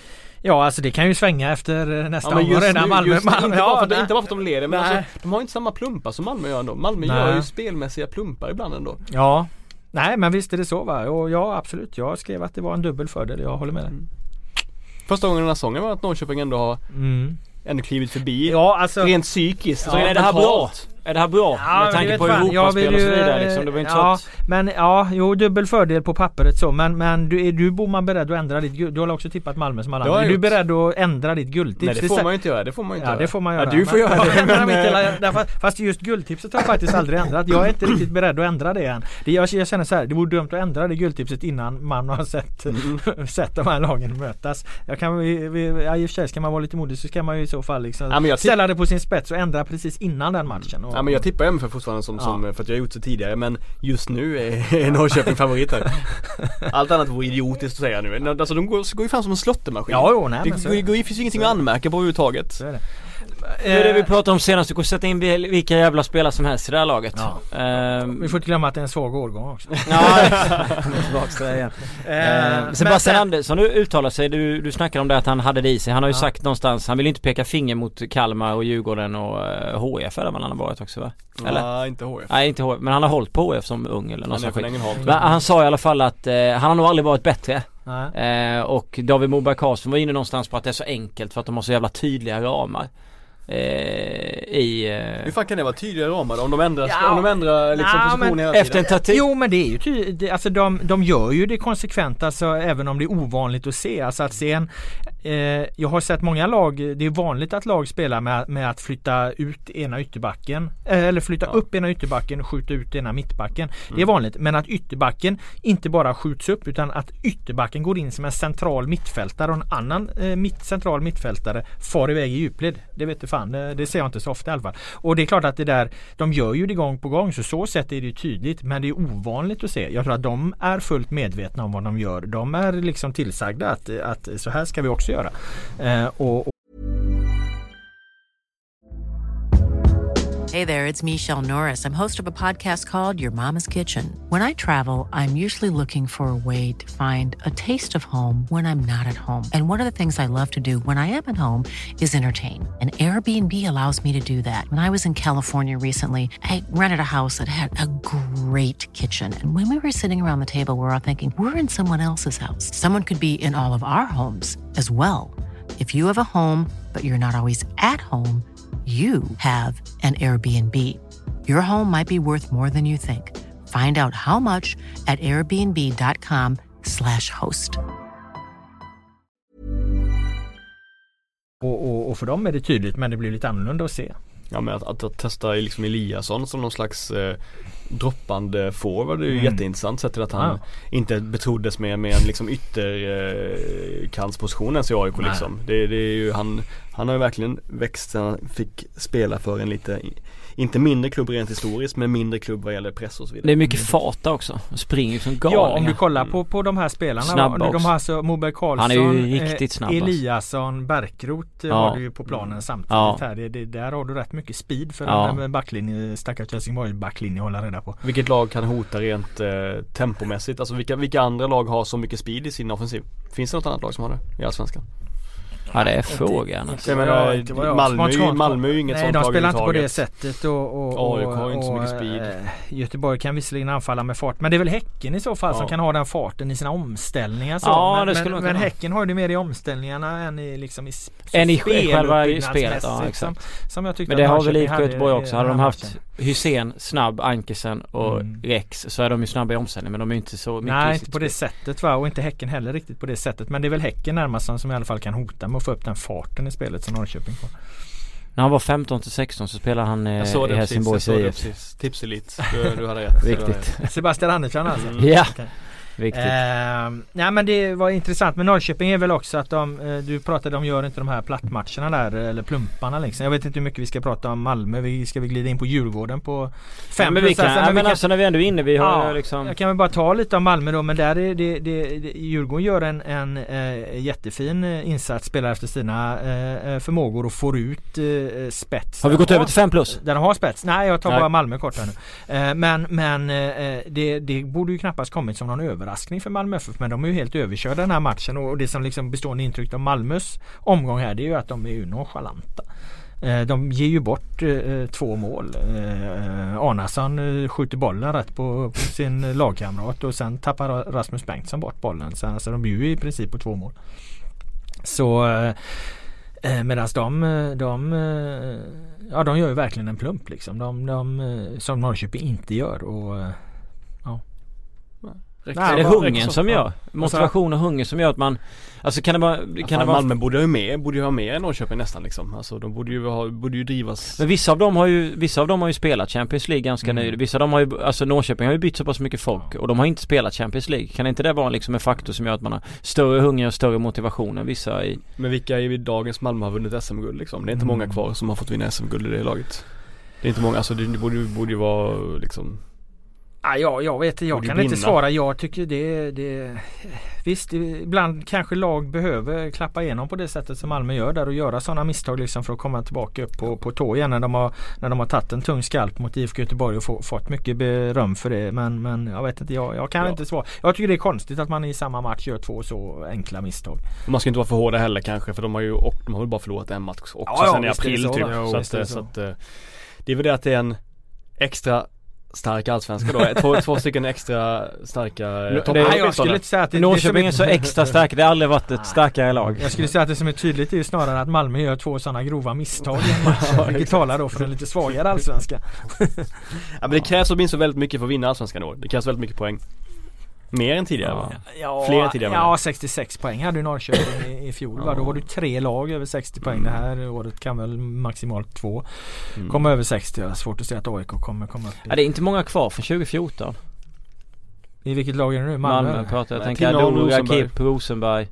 Ja, alltså det kan ju svänga efter nästa Ja, men omgång just redan. nu, Malmö, just nu, Malmö, inte, ja, bara för att, nej. inte bara för att de leder, men Nej. alltså, de har inte samma plumpar som Malmö gör ändå. Malmö Nej. gör ju spelmässiga plumpar ibland ändå. Ja, nej men visst är det så, va? Och ja, absolut, jag skrev att det var en dubbel fördel, jag håller med dig. Mm. Första gången den här säsongen var att Norrköping ändå har Mm. ändå klivit förbi. Ja, alltså Rent psykiskt. Så så är det här bra? mentalt. Är det här bra? Ja, med men tanke det på vet fan, jag Europaspel vill och så ju, vidare liksom. Det var inte ja, så att... men ja, jo, dubbel fördel på pappret så, men, men du, är du Boman beredd att ändra ditt guld? Du har också tippat Malmö som alla Det har andra. Är jag du gjort. beredd att ändra ditt guldtips? Nej, det får man ju inte göra. Det får man ju inte Ja, göra. det får man göra. Ja, du får Men- göra det. Jag ändrar Men, mitt eh, hela, därför, fast just guldtipset har jag faktiskt aldrig ändrat. Jag är inte riktigt beredd att ändra det än. Det, jag, jag känner så här, det vore dumt att ändra det guldtipset innan man har sett, Mm. sett de här lagen mötas. Jag kan, vi, vi, ja, i och för sig ska man vara lite modig så ska man ju i så fall liksom Ja, men jag tipp- ställa det på sin spets och ändra precis innan den matchen. Och, Ja, men jag tippar M F F fortfarande som, som Ja. för att jag har gjort det tidigare, men just nu är, är Norrköping favorit här. Allt annat vore idiotiskt att säga nu. Alltså de går, går ju fram som en slottermaskin. Ja, jo, nej, det men så- går, går, det finns ju ingenting att anmärka på överhuvudtaget. Så är det. Det är det vi pratar om senast. Du kan sätta in vilka jävla spelare som helst i det här laget. Ja. Ehm, Vi får inte glömma att det är en svag årgång också. Ja, tillbaks till det igen. Eh, Eh, Sebastian sen- Andersson du uttalar sig, du, du snackar om det att han hade det i sig. Han har ju Ja. sagt någonstans, han vill inte peka finger mot Kalmar och Djurgården och uh, H F eller vad han har varit också, va? Eller? Ja, inte H F. Nej, inte H F, men han har hållit på H F som ung eller något Han är sånt från skit. Ängelholm. Men han sa i alla fall att eh, han har nog aldrig varit bättre. Nej. Eh, och David Moberg Karlsson var inne någonstans på att det är så enkelt för att de har så jävla tydliga ramar. Eh, i... Eh, Hur fan kan det vara tydligare ramar om de ändrar, Ja, om de ändrar liksom ja, position men hela efter tiden? en taktik. Jo, men det är ju ty- det, alltså de, de gör ju det konsekvent, alltså, även om det är ovanligt att se. Alltså att se en, eh, jag har sett många lag, det är vanligt att lag spelar med, med att flytta ut ena ytterbacken eh, eller flytta Ja. upp ena ytterbacken och skjuta ut ena mittbacken. Det är vanligt, men att ytterbacken inte bara skjuts upp utan att ytterbacken går in som en central mittfältare och en annan eh, mitt, central mittfältare far iväg i djupled. Det vet du fan, det, det ser jag inte så ofta i alla fall. Och det är klart att det där, de gör ju det gång på gång, så så sätt är det ju tydligt, men det är ovanligt att se. Jag tror att de är fullt medvetna om vad de gör. De är liksom tillsagda att, att så här ska vi också göra. Eh, och, Hey there, it's Michelle Norris. I'm host of a podcast called Your Mama's Kitchen. When I travel, I'm usually looking for a way to find a taste of home when I'm not at home. And one of the things I love to do when I am at home is entertain. And Airbnb allows me to do that. When I was in California recently, I rented a house that had a great kitchen. And when we were sitting around the table, we were all thinking, we're in someone else's house. Someone could be in all of our homes as well. If you have a home, but you're not always at home, you have an Airbnb. Your home might be worth more than you think. Find out how much at airbnb.com slash host. och, och, och för dem är det tydligt, men det blir lite annorlunda att se. Ja, men att, att, att testa liksom Eliasson som någon slags eh, droppande forward är ju Mm. jätteintressant, sett till att han Ja. inte betroddes med, med en liksom ytterkantsposition ens i A I K liksom. Det, det är ju, han, han har ju verkligen växt sen han fick spela för en lite, inte mindre klubb rent historiskt, men mindre klubb vad gäller press och så vidare. Det är mycket fart där också. De springer ju som galningar. Ja, om du kollar på, på de här spelarna. Snabba de också. har alltså Moberg Karlsson, Han är ju riktigt snabb, alltså. Eliasson, Bärkroth Ja. har du ju på planen samtidigt Ja. här. Det, det, där har du rätt mycket speed för Ja. en backlinje, stackars Helsingborg backlinje hålla reda på. Vilket lag kan hota rent eh, tempomässigt? Alltså vilka, vilka andra lag har så mycket speed i sin offensiv? Finns det något annat lag som har det i Allsvenskan? Ja, det är frågan. Alltså. Jag menar, Ja, inte vad jag- Malmö, är ju- spontant- Malmö är ju inget Nej, sånt de lag spelar inte på det överhuvudtaget. sättet och, och, A I K har ju inte så och, mycket speed. eh, Göteborg kan visserligen anfalla med fart, men det är väl Häcken i så fall Ja. som kan ha den farten i sina omställningar så. Ja, men, det skulle men, man men kunna ha. Häcken har ju det mer i omställningarna än i liksom i s- Än i speluppbyggnadsmässigt själva spelet, ja, som, exakt. som jag tyckte Men det att har väl Norrköping I F K hade Göteborg i också. den Hade de här haft matchen. Hysén, Snabb, Ankersen och Mm. Rex, så är de ju snabba i omställning, men de är ju inte så mycket i Nej, sitt inte på det spel. sättet va, och inte Häcken heller riktigt på det sättet. Men det är väl Häcken närmast som, som i alla fall kan hota med att få upp den farten i spelet som Norrköping får. När han var femton till sexton så spelade han eh, Jag såg i det precis, jag Helsingborgs såg det I F. precis. Tipselit, du, du hade rätt. Viktigt. Sebastian Andersson alltså. Mm. Ja, Okej. viktigt. Eh, nej men det var intressant med Norrköping är väl också att de, eh, du pratade om, gör inte de här plattmatcherna där eller plumparna liksom. Jag vet inte hur mycket vi ska prata om Malmö. Vi ska vi glida in på Djurgården på fem Ja, men vi plus, kan, alltså, ja, men vi men kan- alltså när vi ändå är inne, vi har Ja, ju liksom... Jag kan väl bara ta lite om Malmö då, men där är det, det, det Djurgården gör en, en eh, jättefin eh, insats, spelar efter sina eh, förmågor och får ut eh, spets. Har vi gått Där de över till fem plus? Där de har spets. Nej, jag tar Nej. bara Malmö kort här nu. Eh, men men eh, det, det borde ju knappast kommit som någon överraskning för Malmö F F, men de är ju helt överkörda den här matchen, och det som liksom bestående intryck av Malmös omgång här, det är ju att de är ju nonchalanta. Eh, De ger ju bort eh, två mål. Eh, Arnason eh, skjuter bollen rätt på, på sin lagkamrat och sen tappar Rasmus Bengtsson bort bollen. Så alltså, de blir ju i princip på två mål. Så eh, medan de, de, eh, ja, de gör ju verkligen en plump liksom. De, de, eh, som Norrköping inte gör. Och, eh, ja. Räcker Nej, Är det så. hungern Räcker så. som gör? Ja. Motivation och hunger som gör att man... Alltså kan det vara... Kan Kan det vara Malmö borde ju med, borde ju ha med Norrköping nästan liksom. Alltså de borde ju ha, borde ju drivas. Men vissa av dem har ju, vissa av dem har ju spelat Champions League ganska Mm. nyligen. Vissa av dem har ju, alltså Norrköping har ju bytt så pass mycket folk och de har inte spelat Champions League. Kan inte det vara liksom en faktor som gör att man har större hunger och större motivation än vissa i... Men vilka i dagens Malmö har vunnit S M-guld liksom? Det är inte Mm. många kvar som har fått vinna S M-guld i det laget. Det är inte många, alltså det, det borde, borde ju vara liksom... Ah, ja, jag vet jag Borde kan vinna. inte svara. Jag tycker det, det visst, det, ibland kanske lag behöver klappa igenom på det sättet som Malmö gör där och göra sådana misstag liksom för att komma tillbaka upp på, på tå igen när de har när de har tagit en tung skalp mot I F K Göteborg och få, fått mycket beröm för det. Men, men jag vet inte, jag, jag kan Ja. inte svara. Jag tycker det är konstigt att man i samma match gör två så enkla misstag. Man ska inte vara för hårda heller kanske, för de har ju och, de har väl bara förlorat en match också Ja, ja, sen i visst är det april så, typ. va? Jo, Så, visst att, är det så så. att, eh, det är väl det att det är en extra stark allsvenska då. två, två stycken extra starka eh, toppar. det- Nej, jag skulle inte säga att det, Norrköping är det så extra stark. Det har aldrig varit ett starkare lag. Jag skulle säga att det som är tydligt är ju snarare att Malmö gör två sådana grova misstag i en match, vilket talar då för en lite svagare allsvenska. Ja, men det krävs åtminstone väldigt mycket för att vinna allsvenskan i år. Det krävs väldigt mycket poäng. Mer än tidigare Ja. va? Ja, Fler än tidigare, ja men- sextiosex poäng hade ju Norrköping i, i fjol. Va? Ja. Då var det tre lag över sextio poäng. Det här året kan väl maximalt två Mm. komma över sextio. Det är svårt att säga att A I K kommer komma upp i. Ja, det är inte många kvar från tjugo fjorton. I vilket lag är det nu? Malmö? Malmö pratar jag. Nej, tänker Tinneholm, Ado, Rosenberg. Rakip, Rosenberg.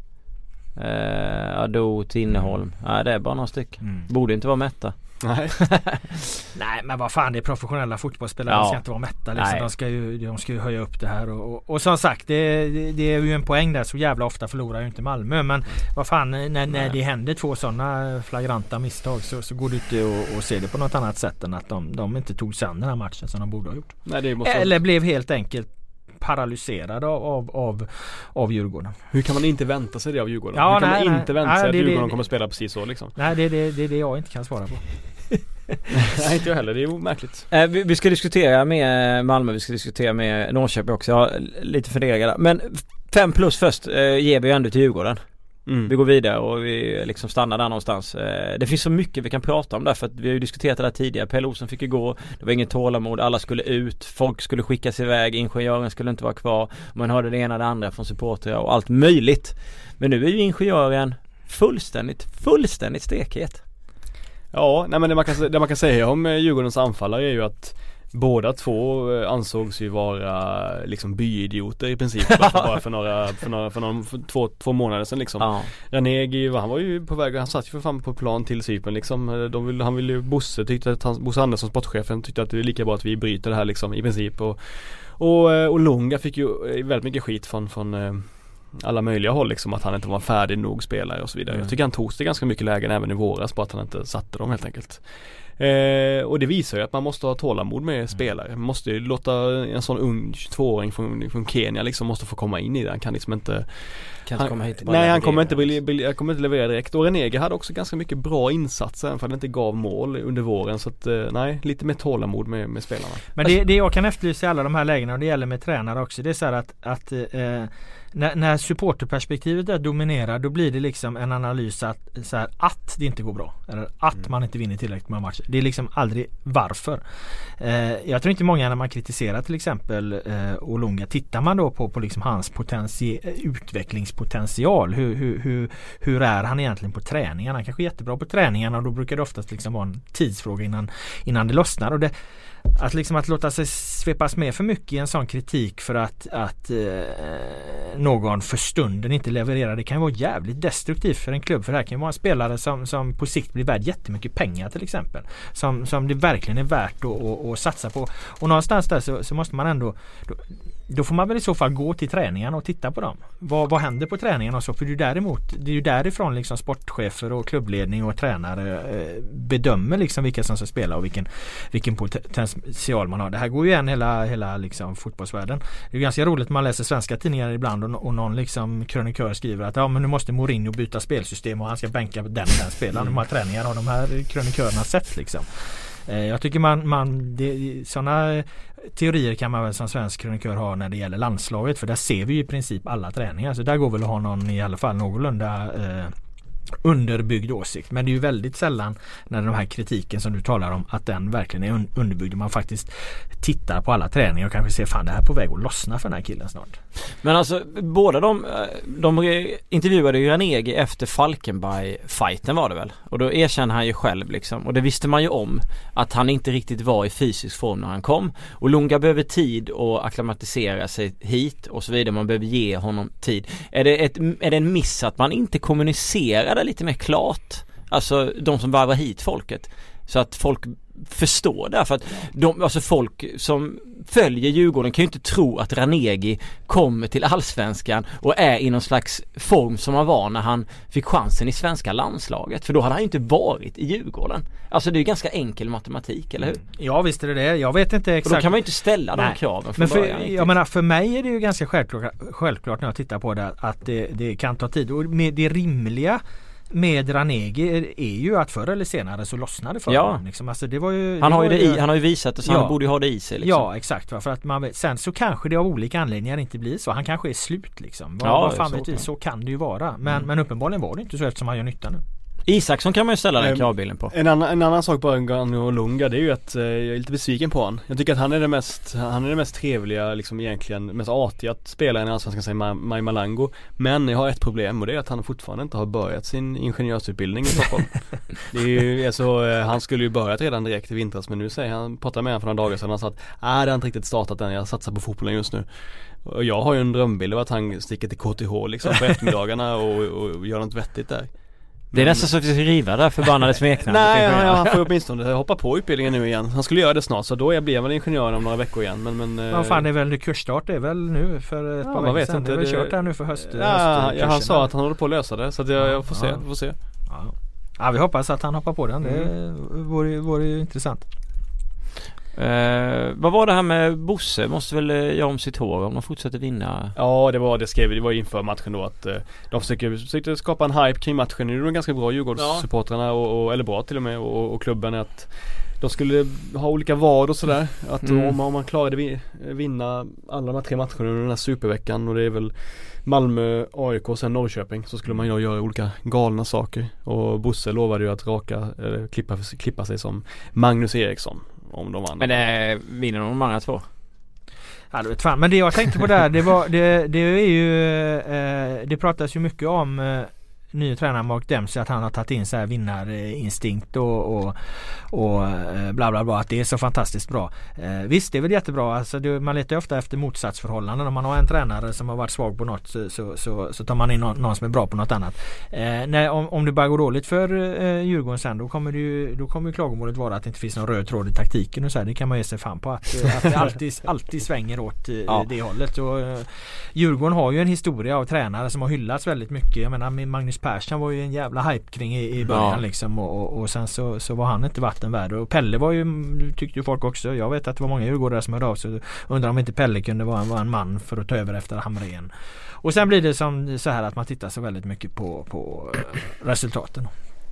Eh, Ado, Tinneholm. Nej, det är bara några stycken. Mm. Borde inte vara mätta. Nej. Nej, men vad fan, det är professionella fotbollsspelare. Ja. De ska inte vara mätta liksom. Nej. de, ska ju, de ska ju höja upp det här. Och, och, och som sagt, det, det, det är ju en poäng där. Så jävla ofta förlorar ju inte Malmö. Men vad fan, när, när det händer två sådana flagranta misstag så, så går det inte att och se det på något annat sätt än att de, de inte tog sig an den här matchen som de borde ha gjort. Nej, det måste... Eller blev helt enkelt paralyserade av, av, av, av Djurgården. Hur kan man inte vänta sig det av Djurgården? Ja, Hur kan nej, man nej. inte vänta Nej, sig att det- Djurgården det- kommer spela precis så liksom? Nej, det är det, det, är det jag inte kan svara på. Nej, inte jag heller. Det är ju märkligt. Eh, vi, vi ska diskutera med Malmö, vi ska diskutera med Norrköping också. Jag har lite funderingar där. Men fem plus först eh, ger vi ju ändå till Djurgården. Mm. Vi går vidare och vi liksom stannar där någonstans. Eh, det finns så mycket vi kan prata om där, för att vi har ju diskuterat det där tidigare. Pelle Olsson fick ju gå, det var ingen tålamod, alla skulle ut, folk skulle skickas iväg, ingenjören skulle inte vara kvar. Man hörde det ena och det andra från supportrar och allt möjligt. Men nu är ju ingenjören fullständigt, fullständigt stekhet. Ja, nej men det man kan, det man kan säga om Djurgårdens anfallare är ju att båda två ansågs ju vara liksom byidioter i princip bara för några, för några, för några för två, två månader sedan liksom. Ja. Ranegi, han var ju på väg, han satt ju för fan på plan till Cypern liksom. De vill, han ville ju, Bosse tyckte att han, Bosse Andersson, sportchefen, tyckte att det är lika bra att vi bryter det här liksom i princip. Och, och, och Lunga fick ju väldigt mycket skit från, från alla möjliga håll liksom, att han inte var färdig nog spelare och så vidare. Mm. Jag tycker han tog sig ganska mycket lägen även i våras på att han inte satte dem helt enkelt. Eh, och det visar ju att man måste ha tålamod med spelare. Man måste ju låta en sån ung tjugotvååring från, från Kenya liksom måste få komma in i det. Han kan liksom inte kan han, komma hit nej han kommer inte, bli, bli, kommer inte leverera direkt. Och Ranegi hade också ganska mycket bra insatser även för att det inte gav mål under våren. Så att, eh, nej, lite mer tålamod med, med spelarna. Men det, det jag kan efterlysa i alla de här lägena, och det gäller med tränare också, det är så här att, att eh, När, när supporterperspektivet är dominerar, då blir det liksom en analys att, så här, att det inte går bra eller att mm. man inte vinner tillräckligt med matcher. Det är liksom aldrig varför. Eh, jag tror inte många när man kritiserar till exempel eh, Olunga, tittar man då på, på liksom hans potentie- utvecklingspotential. Hur, hur, hur, hur är han egentligen på träningarna? Han kanske är jättebra på träningarna och då brukar det oftast liksom vara en tidsfråga innan, innan det lossnar. Och det Att liksom att låta sig svepas med för mycket i en sån kritik för att, att eh, någon för stunden inte levererar, det kan vara jävligt destruktivt för en klubb, för det här kan vara en spelare som, som på sikt blir värd jättemycket pengar till exempel, som, som det verkligen är värt att, att, att satsa på, och någonstans där så, så måste man ändå då, då får man väl i så fall gå till träningen och titta på dem. Vad, vad händer på träningen och så, för det är ju däremot, det är ju därifrån liksom sportchefer och klubbledning och tränare eh, bedömer liksom vilka som ska spela och vilken, vilken potential man har. Det här går ju igen hela, hela liksom fotbollsvärlden. Det är ju ganska roligt när man läser svenska tidningar ibland och, och någon liksom krönikör skriver att ja, men nu måste Mourinho byta spelsystem och han ska bänka den, den spelaren. De här träningarna har de här krönikörerna sett liksom. Jag tycker man, man det, sådana teorier kan man väl som svensk krönikör ha när det gäller landslaget, för där ser vi ju i princip alla träningar, så där går väl att ha någon i alla fall någorlunda eh, underbyggd åsikt, men det är ju väldigt sällan när den här kritiken som du talar om, att den verkligen är un- underbyggd och man faktiskt tittar på alla träningar och kanske ser fan det här är på väg att lossna för den här killen snart. Men alltså båda de, de intervjuade ju Ranegi efter Falkenberg-fighten var det väl, och då erkände han ju själv liksom, och det visste man ju om att han inte riktigt var i fysisk form när han kom, och Lunga behöver tid att akklimatisera sig hit och så vidare, man behöver ge honom tid. Är det, ett, är det en miss att man inte kommunicerar det lite mer klart, alltså de som varvar hit folket, så att folk förstår det, för att de, alltså folk som följer Djurgården kan ju inte tro att Ranegi kommer till Allsvenskan och är i någon slags form som han var när han fick chansen i svenska landslaget, för då hade han ju inte varit i Djurgården. Alltså det är ju ganska enkel matematik, eller hur? Ja, visst är det det. Jag vet inte exakt. Och då kan man ju inte ställa Nej. de kraven från Men för, början. jag menar, för mig är det ju ganska självklart, självklart när jag tittar på det att det, det kan ta tid, och med det rimliga med Ranegi är ju att förr eller senare så lossnade för ja. honom liksom. Alltså det var ju, han, det har var ju det ju, i, han har ju visat det, så ja. han borde ju ha det i sig liksom. Ja, exakt. Va? För att man vet, sen så kanske det av olika anledningar inte blir så. Han kanske är slut liksom. Vad, ja, vad fan så vet vi, så kan det ju vara. Men, mm. men uppenbarligen var det inte så, eftersom han gör nytta nu. Isaksson kan man ju ställa den kravbilden på. En annan, en annan sak bara än Lunga, det är ju att eh, jag är lite besviken på han. Jag tycker att han är det mest, han är det mest trevliga, liksom egentligen mest artiga att spela i en allsvenskan, säga Maj Malango. Men jag har ett problem, och det är att han fortfarande inte har börjat sin ingenjörsutbildning i Stockholm. Det är ju, alltså, eh, han skulle ju börjat redan direkt i vintras, men nu säger han, pratade med honom för några dagar sedan, han sa att nej, det har inte riktigt startat än, jag satsar på fotbollen just nu. Och jag har ju en drömbild av att han sticker till K T H liksom på eftermiddagarna och, och, och gör något vettigt där. Det är nästan så att vi ska riva där förbannade smeknamn. Nej, ja, ja, han får åtminstone hoppa på utbildningen nu igen. Han skulle göra det snart, så då blir jag väl ingenjör om några veckor igen. Men, men, ja, fan, det är väl kursstart, det är väl nu för ett ja, par veckor sedan. Inte, det är väl kört här nu för höst. Ja, höst, ja han sa att han håller på att lösa det, så att jag, jag får se, ja. får se. Ja. Ja, vi hoppas att han hoppar på den. Det mm. vore, vore ju intressant. Eh, vad var det här med Bosse? Måste väl göra om sitt hår om de fortsätter vinna? Ja, det var det skrev vi. Det var inför matchen då att eh, de försöker, försökte skapa en hype kring matchen. Nu är de ganska bra, Djurgårdssupportrarna ja. och, och, eller bra till och med och, och klubben, att de skulle ha olika vad och sådär. Att mm. om, om man klarade vinna alla de här tre matcherna under den här superveckan, och det är väl Malmö, A I K och sen Norrköping, så skulle man ju göra olika galna saker. Och Bosse lovade ju att raka, eller klippa, klippa sig som Magnus Eriksson. Om de men det vinner de andra två. Ja, du vet fan. Men det jag tänkte på där, det var det, det är ju eh, det pratas ju mycket om nya tränaren Mark Dempsey, att han har tagit in så här vinnarinstinkt och, och, och bla bla bla, att det är så fantastiskt bra. Eh, visst, det är väl jättebra. Alltså, det, man letar ju ofta efter motsatsförhållanden. Om man har en tränare som har varit svag på något så, så, så, så tar man in någon, någon som är bra på något annat. Eh, när, om, om det bara går dåligt för eh, Djurgården sen, då kommer, det ju, då kommer ju klagomålet vara att det inte finns någon röd tråd i taktiken och så här. Det kan man ge sig fan på, att, att det alltid, alltid svänger åt eh, ja. det hållet. Och, eh, Djurgården har ju en historia av tränare som har hyllats väldigt mycket. Jag menar, Magnus Persson var ju en jävla hype kring i, i början ja. liksom, och, och, och sen så, så var han inte vatten värd. Och Pelle var ju, tyckte ju folk också, jag vet att det var många Djurgårdare som hörde av sig, undrar om inte Pelle kunde vara en, vara en man för att ta över efter Hamrén. Och sen blir det som så här att man tittar så väldigt mycket på, på resultaten.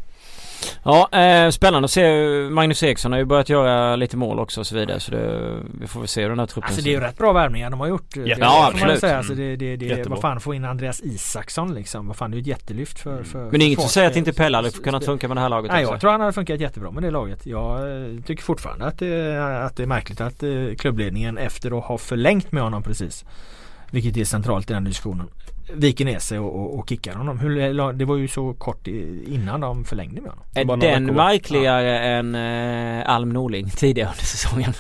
Ja, eh, spännande att se. Magnus Eriksson har ju börjat göra lite mål också och så vidare, så det, vi får väl se hur den här truppen. Alltså det är ju rätt bra värvningar de har gjort. Ja, ja absolut. Alltså det, det, det, vad fan, få in Andreas Isaksson liksom, vad fan, det är ett jättelyft för, för men det är inget att säga att inte Pelle hade kunnat funka med det här laget. Nej, också. Jag tror han hade funkat jättebra med det laget. Jag tycker fortfarande att det, att det är märkligt att klubbledningen efter att ha förlängt med honom precis, vilket är centralt i den diskussionen, viker ner sig och, och, och kickar honom. Hur, det var ju så kort innan de förlängde med honom. Är den märkligare ja. än äh, Alm Norling tidigare under säsongen?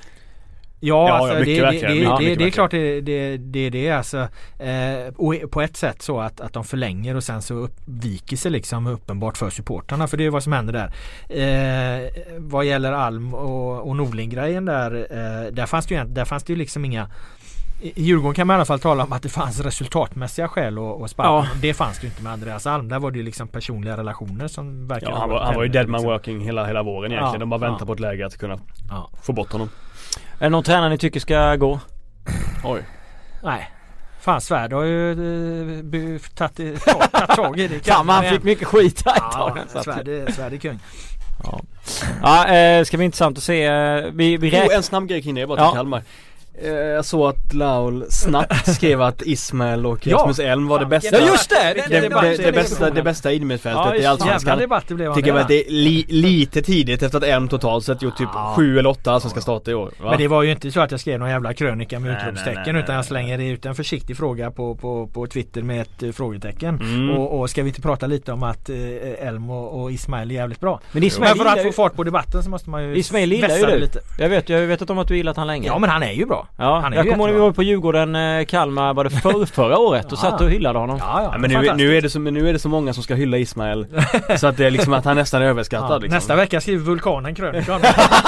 Ja, ja, alltså, det, det, det, det, ja, det, det är klart det, det, det, det är alltså, eh, och på ett sätt så att, att de förlänger och sen så upp, viker sig liksom uppenbart för supportarna, för det är vad som händer där. Eh, vad gäller Alm och, och Norling-grejen där, eh, där, fanns det ju, där fanns det ju liksom inga. I Djurgården kan man i alla fall tala om att det fanns resultatmässiga skäl och, och sparka. Ja. Det fanns det ju inte med Andreas Alm. Där var det ju liksom personliga relationer som verkade. Ja, han, var, han var ju dead man working hela, hela våren egentligen. Ja. De bara väntar ja. på ett läge att kunna ja. få bort honom. Är det någon tränare ni tycker ska gå? Oj. Nej. Fan, Svärd har ju uh, tagit tag i det. Fan, han fick mycket skit här. Ja, Svärd, Svärd är kung. Ja, ja eh, ska bli intressant att se. Vi, vi räk- oh, en snabb grej kring det bara till ja. Kalmar. Jag såg att Laul snabbt skrev att Ismail och Rasmus ja, Elm var det bästa. Ja just det! Det, det, det, det, det bästa, det bästa innermittfältet i Allsvenskan. Tycker jag att det är li, lite tidigt efter att Elm totalt sett gjort typ ja. sju eller åtta allsvenska starter i år. Va? Men det var ju inte så att jag skrev någon jävla krönika med utropstecken, utan jag slänger ut en försiktig fråga på, på, på Twitter med ett uh, frågetecken. Mm. Och, och ska vi inte prata lite om att uh, Elm och, och Ismail är jävligt bra. Men, men för att få fart på debatten så måste man ju Ismail gillar ju du. Lite. Jag vet, jag vet att om att du gillat han länge. Ja, men han är ju bra. Ja, han är jag kommer ihåg vi var på Djurgården eh, Kalmar var det för, förra året och ja. satt och hyllade honom. Ja, ja, ja, men nu, nu, är det så, nu är det så många som ska hylla Ismail så att det är liksom att han nästan är överskattad. Ja, liksom. Nästa vecka skriver Vulkanen krönikan.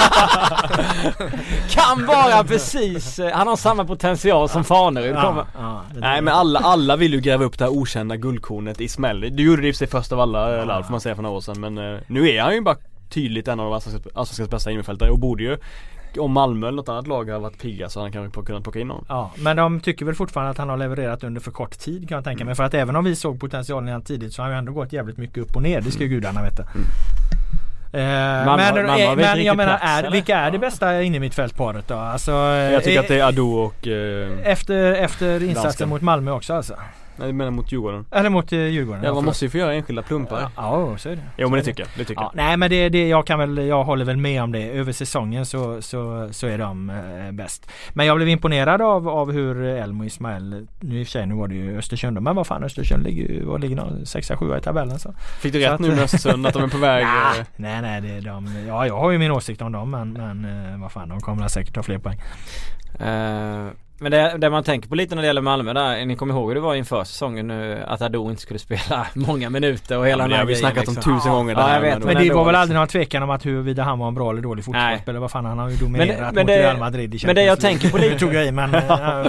Kan vara precis. Han har samma potential som Fanerud. Ja, ja, Nej, men alla, alla vill ju gräva upp det här okända guldkornet Ismail. Du gjorde det i sig först av alla, ja. Laul, får man säga för några år sedan. Men uh, nu är han ju bara tydligt en av de allsvenskans bästa innerfältare och borde ju, om Malmö eller något annat lag har varit pigga så han kan kunna plocka in honom. Ja, men de tycker väl fortfarande att han har levererat under för kort tid, kan jag tänka mig. Mm. För att även om vi såg potentialen igen tidigt så har han ju ändå gått jävligt mycket upp och ner. Det ska ju gudarna veta. Mm. Eh, mamma, men mamma men jag menar, plats, är, vilka är det bästa inne i mittfältparet då? Alltså, jag tycker eh, att det är Ado och eh, efter, efter insatsen mot Malmö också alltså. Nej, jag menar mot Djurgården. Eller mot uh, Djurgården. Ja, man måste ju få göra enskilda plumpar. Ja, ja så är det. Jo, men det tycker jag. Det tycker ja, jag. Nej, men det, det, jag kan väl, jag håller väl med om det. Över säsongen så, så, så är de eh, bäst. Men jag blev imponerad av, av hur Elm och Ismail, nu i och för sig, nu var det ju Östersund. Men vad fan, Östersund ligger, vad ligger någon sexa sju i tabellen så. Fick du rätt att, nu med Östersund att de är på väg? Ja, nej, nej, det är de. Ja, jag har ju min åsikt om dem, men, men eh, vad fan, de kommer säkert ta fler poäng. Uh... Men det, det man tänker på lite när det gäller Malmö där, ni kommer ihåg hur det var inför säsongen nu att Ado inte skulle spela många minuter och hela ja, den här vi snackat liksom. om tusen ja, gånger där. Ja, jag vet, men, men det var väl aldrig någon tvekan om att huruvida han var en bra eller dålig fotbollsspelare. Vad fan, han har ju dominerat men, men mot det, Real Madrid i men det jag tänker på lite tog jag i, men ja,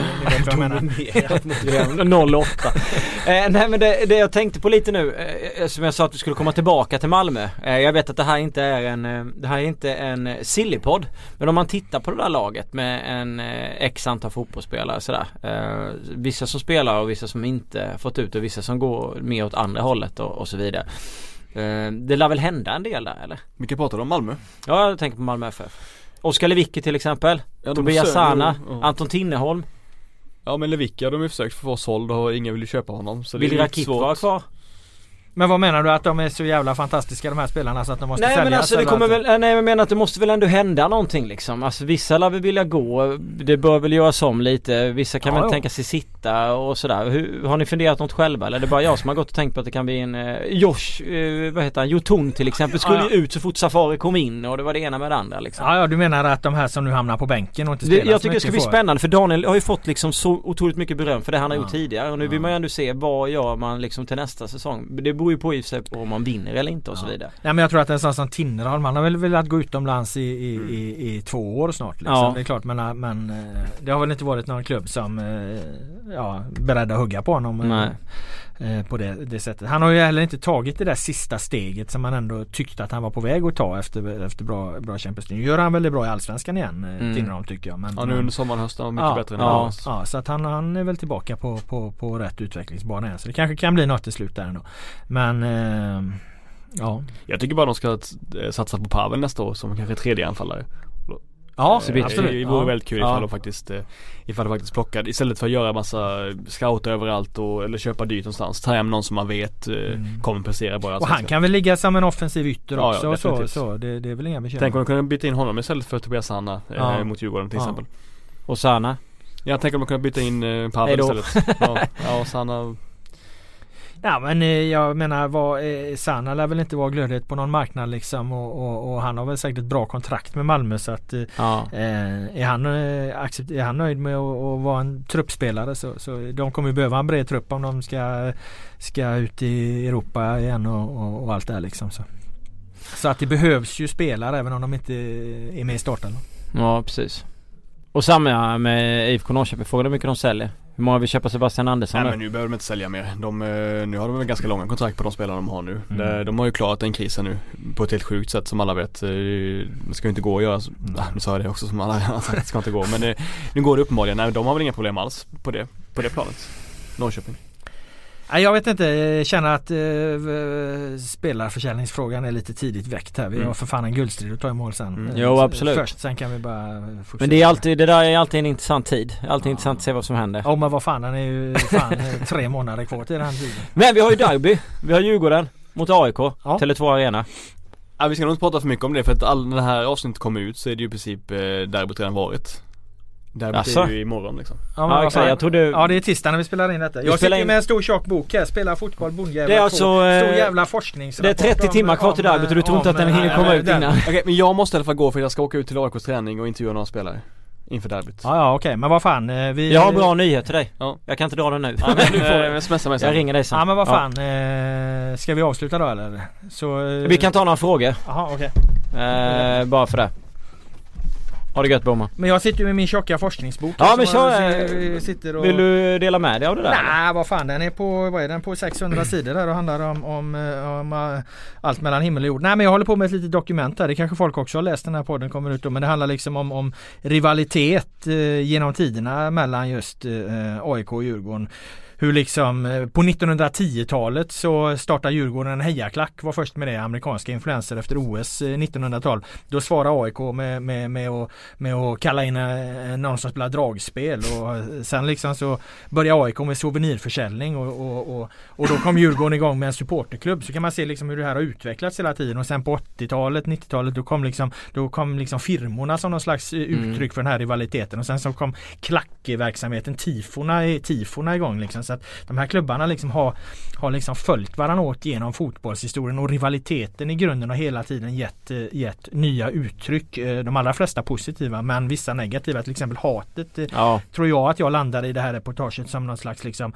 noll åtta eh, nej men det, det jag tänkte på lite nu eh, som jag sa att vi skulle komma tillbaka till Malmö. Eh, jag vet att det här inte är en eh, det här är inte en eh, sillypodd, men om man tittar på det där laget med en eh, x antal fotbollsspelare sådär. Uh, vissa som spelar och vissa som inte fått ut och vissa som går mer åt andra hållet och, och så vidare. Uh, det lär väl hända en del där, eller? Mycket pratar om Malmö. Ja, jag tänker på Malmö F F. Oskar Lewicki till exempel. Ja, Tobias Sana, ja. Anton Tinnerholm. Ja, men Lewicki har de ju försökt få såld och ingen vill ju köpa honom. Så vill Rakip vara kvar? Men vad menar du, att de är så jävla fantastiska de här spelarna så att de måste nej, säljas? Men alltså, det kommer att... väl, nej men jag menar att det måste väl ändå hända någonting liksom. Alltså vissa lär väl vilja gå, det bör väl göras om lite. Vissa kan ja, väl jo. tänka sig sitta och sådär. Hur, har ni funderat något själva? Eller är det bara jag som har gått och tänkt på att det kan bli en eh, Josh, eh, vad heter han, Jotun till exempel skulle ja, ja. ut så fort Safari kom in och det var det ena med det andra liksom. Ja, ja, du menar att de här som nu hamnar på bänken och inte spelar. Det, jag tycker det ska bli spännande för Daniel har ju fått liksom så otroligt mycket beröm för det han har ja. gjort tidigare och nu ja. vill man ju ändå se vad gör man liksom till nästa säsong. Det beror ju på i sig på om man vinner eller inte och ja. så vidare. Nej, men jag tror att en sån som Tinnerholm, man har väl velat gå utomlands i, i, mm. i, i två år snart liksom. Ja. Det är klart, men, men det har väl inte varit någon klubb som ja, beredda att hugga på honom. Nej. På det, det sättet. Han har ju heller inte tagit det där sista steget som man ändå tyckte att han var på väg att ta efter, efter bra, bra Champions League. Nu gör han väldigt bra i Allsvenskan igen, mm. Tinnerholm tycker jag. Men, ja, nu under sommaren hösten var mycket ja, bättre än ja, ja, så att han, han är väl tillbaka på, på, på rätt utvecklingsbana igen. Så det kanske kan bli något till slut där ändå. Men eh, ja. Jag tycker bara de ska satsa på Pavel nästa år som kanske tredje anfallare. Ja, så det, absolut. Det vore ja. väldigt kul ifall, ja. de faktiskt, ifall de faktiskt plockade istället för att göra massa scouter överallt och, eller köpa dyrt någonstans. Ta hem någon som man vet mm. kommer prestera bara. Och han kan väl ligga som en offensiv ytter ja, också. Ja, så, så det, det är väl inga bekymmer. Tänk om de kunde byta in honom istället för Tobias Sanna ja. eh, mot Djurgården till ja. exempel. Och Sanna? Jag tänker om de kunde byta in eh, Pavel istället. ja, ja, och Sanna... Ja, men jag menar vad, eh, Sanna lär väl inte vara glödhet på någon marknad liksom och, och, och han har väl säkert ett bra kontrakt med Malmö så att ja. eh, är, han, eh, accept, är han nöjd med att, att vara en truppspelare så, så de kommer ju behöva en bred trupp om de ska, ska ut i Europa igen och, och, och allt det här liksom så. Så att det behövs ju spelare även om de inte är med i starten. Ja, precis. Och samma med I F K Norrköping, frågar hur mycket de säljer. Hur många vill köpa Sebastian Andersson? Nej, men nu behöver de inte sälja mer. De, nu har de väl ganska långa kontrakt på de spelarna de har nu. Mm. De har ju klarat den krisen nu på ett helt sjukt sätt som alla vet. Det ska ju inte gå att göra. Mm. Nu sa jag det också som alla har sagt, det ska inte gå. Men det, nu går det uppenbarligen. Nej, de har väl inga problem alls på det, på det planet. Norrköping. Jag vet inte, jag känner att uh, spelarförsäljningsfrågan är lite tidigt väckt här. Vi mm. har för fan en guldstrid att ta i mål sen. Mm. Jo, absolut. Först, sen kan vi bara fortsätta. Men det är alltid, det där är alltid en intressant tid. Alltid ja. intressant att se vad som händer. Ja, men vad fan, den är ju fan tre månader kvar till den tiden. Men vi har ju derby. Vi har Djurgården mot A I K. Ja. Tele två Arena. Ja, vi ska nog inte prata för mycket om det för att all den här avsnittet kommer ut så är det ju i princip eh, derbyt redan varit. Det alltså. är ju imorgon liksom. Ja, men ja, okay. jag trodde... ja, det är tisdag när vi spelar in detta. Jag sitter in... med en stor tjock bok här. Spelar fotboll, bondjävlar. Det är alltså, stor jävla forskningsrapport. Det är trettio timmar kvar till derbyt och du tror inte att den hinner komma ut innan. Okej, okay, men jag måste i alla fall gå för jag ska åka ut till A I K:s träning och intervjua några spelare inför derbyt. Ja, ja okej. Okay. Men vad fan. Vi... Jag har bra nyhet till dig. Ja. Jag kan inte dra den nu. Ja, men du får smsa mig sen. Jag ringer dig sen. Ja, men vad fan. Ja. Ska vi avsluta då eller? Så, vi kan ta några frågor. Jaha, okej. Okay. Eh, bara för det. Har det gött, Boman? Men jag sitter ju med min tjocka forskningsbok. Ja, men kör, sitter och... Vill du dela med dig av det där? Nej, vad fan, den är på, vad är den, på sexhundra sidor där och handlar om, om, om uh, allt mellan himmel och jord. Nej, men jag håller på med ett litet dokument där. Det kanske folk också har läst, den här podden kommer ut då. Men det handlar liksom om, om rivalitet uh, genom tiderna mellan just uh, A I K och Djurgården. Hur liksom på nittonhundratio-talet så startade Djurgården en hejaklack, var först med det, amerikanska influenser efter O S nittonhundratol. Då svarade A I K med, med, med, att, med att kalla in någon som spelar dragspel och sen liksom så började A I K med souvenirförsäljning och, och, och, och då kom Djurgården igång med en supporterklubb. Så kan man se liksom hur det här har utvecklats hela tiden och sen på åttiotalet, nittiotalet då kom liksom, då kom liksom firmorna som någon slags uttryck mm. för den här rivaliteten och sen så kom klackverksamheten, tifona, tifona igång liksom. Så att de här klubbarna liksom har, har liksom följt varandra åt genom fotbollshistorien och rivaliteten i grunden har hela tiden gett, gett nya uttryck. De allra flesta positiva men vissa negativa. Till exempel hatet ja. tror jag att jag landade i det här reportaget som någon slags liksom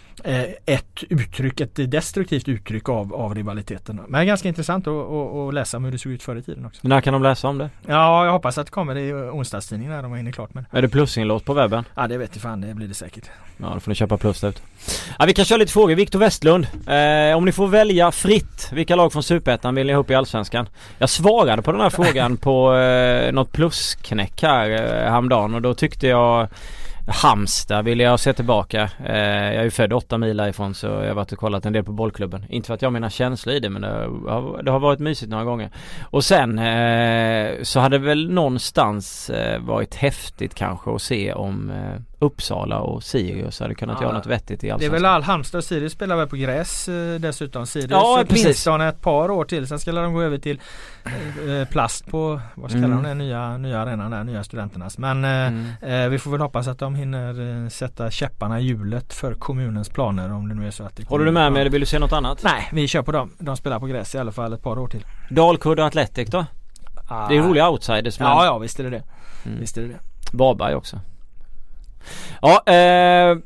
ett uttryck, ett destruktivt uttryck av, av rivaliteten. Men ganska intressant att, att, att läsa om hur det såg ut förr i tiden också. När kan de läsa om det? Ja, jag hoppas att det kommer i onsdagstidningen när de är inne klart med det. Är det plusinlåt på webben? Ja, det vet jag fan, det blir det säkert. Ja, då får ni köpa plus ut. Ja, vi kan köra lite frågor. Viktor Westlund, eh, om ni får välja fritt, vilka lag från Superettan vill ni ha upp i Allsvenskan? Jag svarade på den här frågan på eh, något plusknäck här eh, häromdagen och då tyckte jag Halmstad vill jag se tillbaka. Eh, jag är ju född åtta mil ifrån så jag har varit och kollat en del på bollklubben. Inte för att jag har mina känslor i det men det har, det har varit mysigt några gånger. Och sen eh, så hade väl någonstans eh, varit häftigt kanske att se om eh, Uppsala och Sirius hade kunnat ja, göra något vettigt i Allsvenskan. Det är väl all Halmstad och Sirius spelar väl på gräs eh, dessutom. Sirius ja, åtminstone ett par år till. Sen ska de gå över till eh, plast på, vad ska mm. de den nya, nya arenan där, nya studenternas. Men eh, mm. eh, vi får väl hoppas att de hinner eh, sätta käpparna i hjulet för kommunens planer om det nu är så att det Håller du med mig eller vill du se något annat? Nej, vi kör på dem. De spelar på gräs i alla fall ett par år till. Dalkurd och Atletic då? Ah. Det är roliga outsiders. Men... Ja, ja, visst är det det. Mm. Visst är det det. Varberg också. Ja, eh,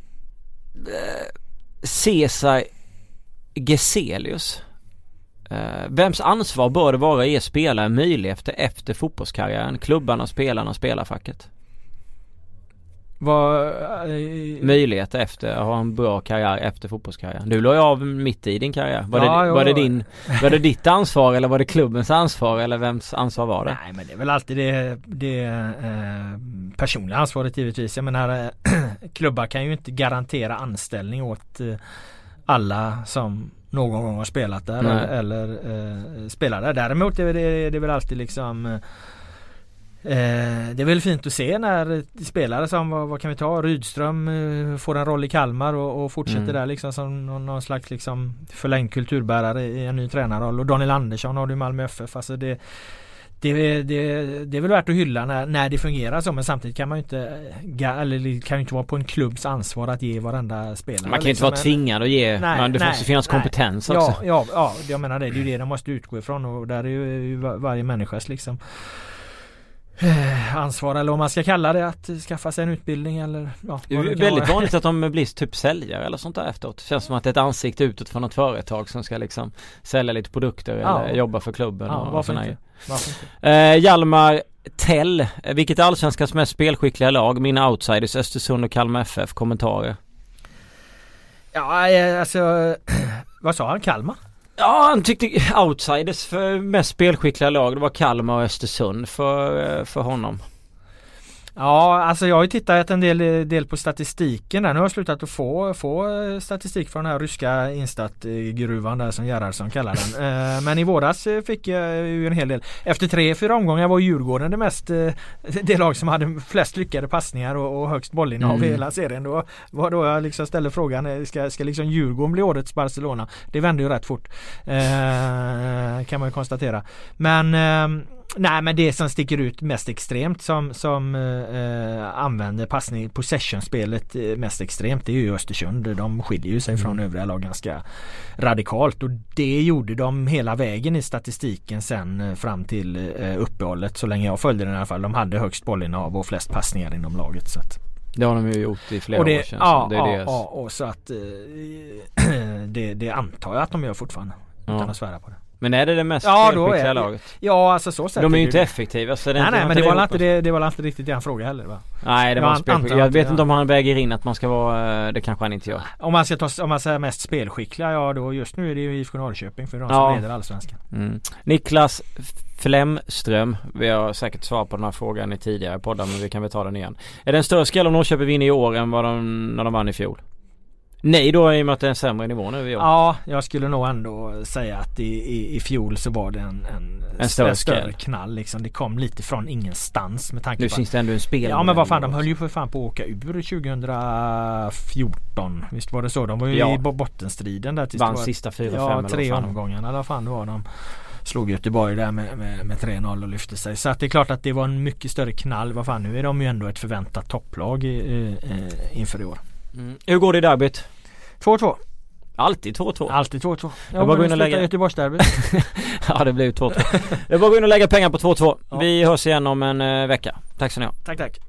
Cesar Geselius. Eh, vems ansvar bör det vara att ge spelare möjligheter efter fotbollskarriären? Klubbarna, spelarna, spelarfacket. Vad, äh, möjligheter efter att ha en bra karriär efter fotbollskarriären. Du la ju av mitt i din karriär. Var, ja, det, jo, var, det din, var det ditt ansvar eller var det klubbens ansvar eller vems ansvar var det? Nej, men det är väl alltid det, det eh, personliga ansvaret givetvis. Jag menar, eh, klubbar kan ju inte garantera anställning åt eh, alla som någon gång har spelat där Nej. eller, eller eh, spelar där. Däremot är det, det är väl alltid liksom eh, Eh, det är väl fint att se när spelare som, vad, vad kan vi ta, Rydström eh, får en roll i Kalmar och, och fortsätter mm. där liksom som någon, någon slags liksom förlängd kulturbärare i en ny tränarroll. Och Daniel Andersson har du i Malmö F F. Alltså det, det, det, det är väl värt att hylla när, när det fungerar så, men samtidigt kan man ju inte eller kan ju inte vara på en klubbs ansvar att ge varenda spelare. Man kan ju liksom. inte vara tvingad att ge, nej, men det nej, måste finnas nej. kompetens ja, också. Ja, ja, jag menar det, det är ju det de måste utgå ifrån och där är ju varje människas liksom ansvar eller om man ska kalla det att skaffa sig en utbildning eller ja, det är det väldigt vanligt att de blir typ säljare eller sånt där efteråt. Det känns som att det är ett ansikte utåt från något företag som ska liksom sälja lite produkter ja. eller jobba för klubben. Ja, och varför inte? Varför inte? Eh, Hjalmar Tell, vilket är allsvenskans mest spelskickliga lag? Mina outsiders Östersund och Kalmar F F, kommentarer. Ja, alltså vad sa han? Kalmar? Ja, han tyckte outsiders för mest spelskickliga lag, det var Kalmar och Östersund för, för honom. Ja, alltså jag har ju tittat en del, del på statistiken där. Nu har jag slutat att få, få statistik från den här ryska Instat-gruvan där som Gerhardsson kallar den. Men i våras fick jag ju en hel del. Efter tre, fyra omgångar var Djurgården det mest det lag som hade flest lyckade passningar och, och högst bollinnehav mm. i hela serien. Då var då jag liksom ställde frågan, ska, ska liksom Djurgården bli årets Barcelona? Det vände ju rätt fort. Eh, kan man ju konstatera. Men eh, nej, men det som sticker ut mest extremt som, som eh, använder passning possession-spelet eh, mest extremt, det är ju Östersund. De skiljer ju sig från mm. övriga lag ganska radikalt och det gjorde de hela vägen i statistiken sen eh, fram till eh, uppehållet, så länge jag följde den i alla fall. De hade högst bollinnehav och flest passningar inom laget så att det har de ju gjort i flera det, år sedan. Ja, det är ja, det. ja, och så att eh, det, det antar jag att de gör fortfarande ja. utan att svära på det. Men är det det mest ja, spelskickliga laget? Ja, alltså så sätt. De är ju inte effektiva så det nej, är nej, inte men det var, inte, det, det var inte riktigt det han frågade heller va? Nej, det jag var spelskickliga. Jag vet ja. inte om han väger in att man ska vara, det kanske han inte gör. Om man ska ta, om man säger mest spelskickliga, ja då just nu är det ju I F K Norrköping för de ja. som leder allsvenskan. Mm. Niklas Flemström, vi har säkert svarat på den här frågan i tidigare poddar men vi kan väl ta den igen. Är det en större skräll om Norrköping vinner i år än vad de, när de vann i fjol? Nej, då i och med att det är en sämre nivå nu i år. Ja, jag skulle nog ändå säga att i, i, i fjol så var det en, en, en större, större knall liksom. Det kom lite från ingenstans med tanke nu på syns det ändå en spel. Ja, men vad fan, de höll ju för fan på att åka ur tjugohundrafjorton. Visst var det så? De var ju ja. i bottenstriden där tills vann det var, sista fyra fem ja, eller tre vad omgångar eller vad fan det var de slog Göteborg där med, med, med tre noll och lyfte sig. Så att det är klart att det var en mycket större knall. Vad fan, nu är de ju ändå ett förväntat topplag i, i, inför i år. Mm. Hur går det i derbyt? två två. Alltid två två. Alltid två två. Jag, jag bara gå in och lägga Göteborgsderbyt. ja, det blir ju två två. Jag bara gå in och lägga pengar på två två. Ja. Vi hörs igen om en uh, vecka. Tack så ni ha. Tack, tack.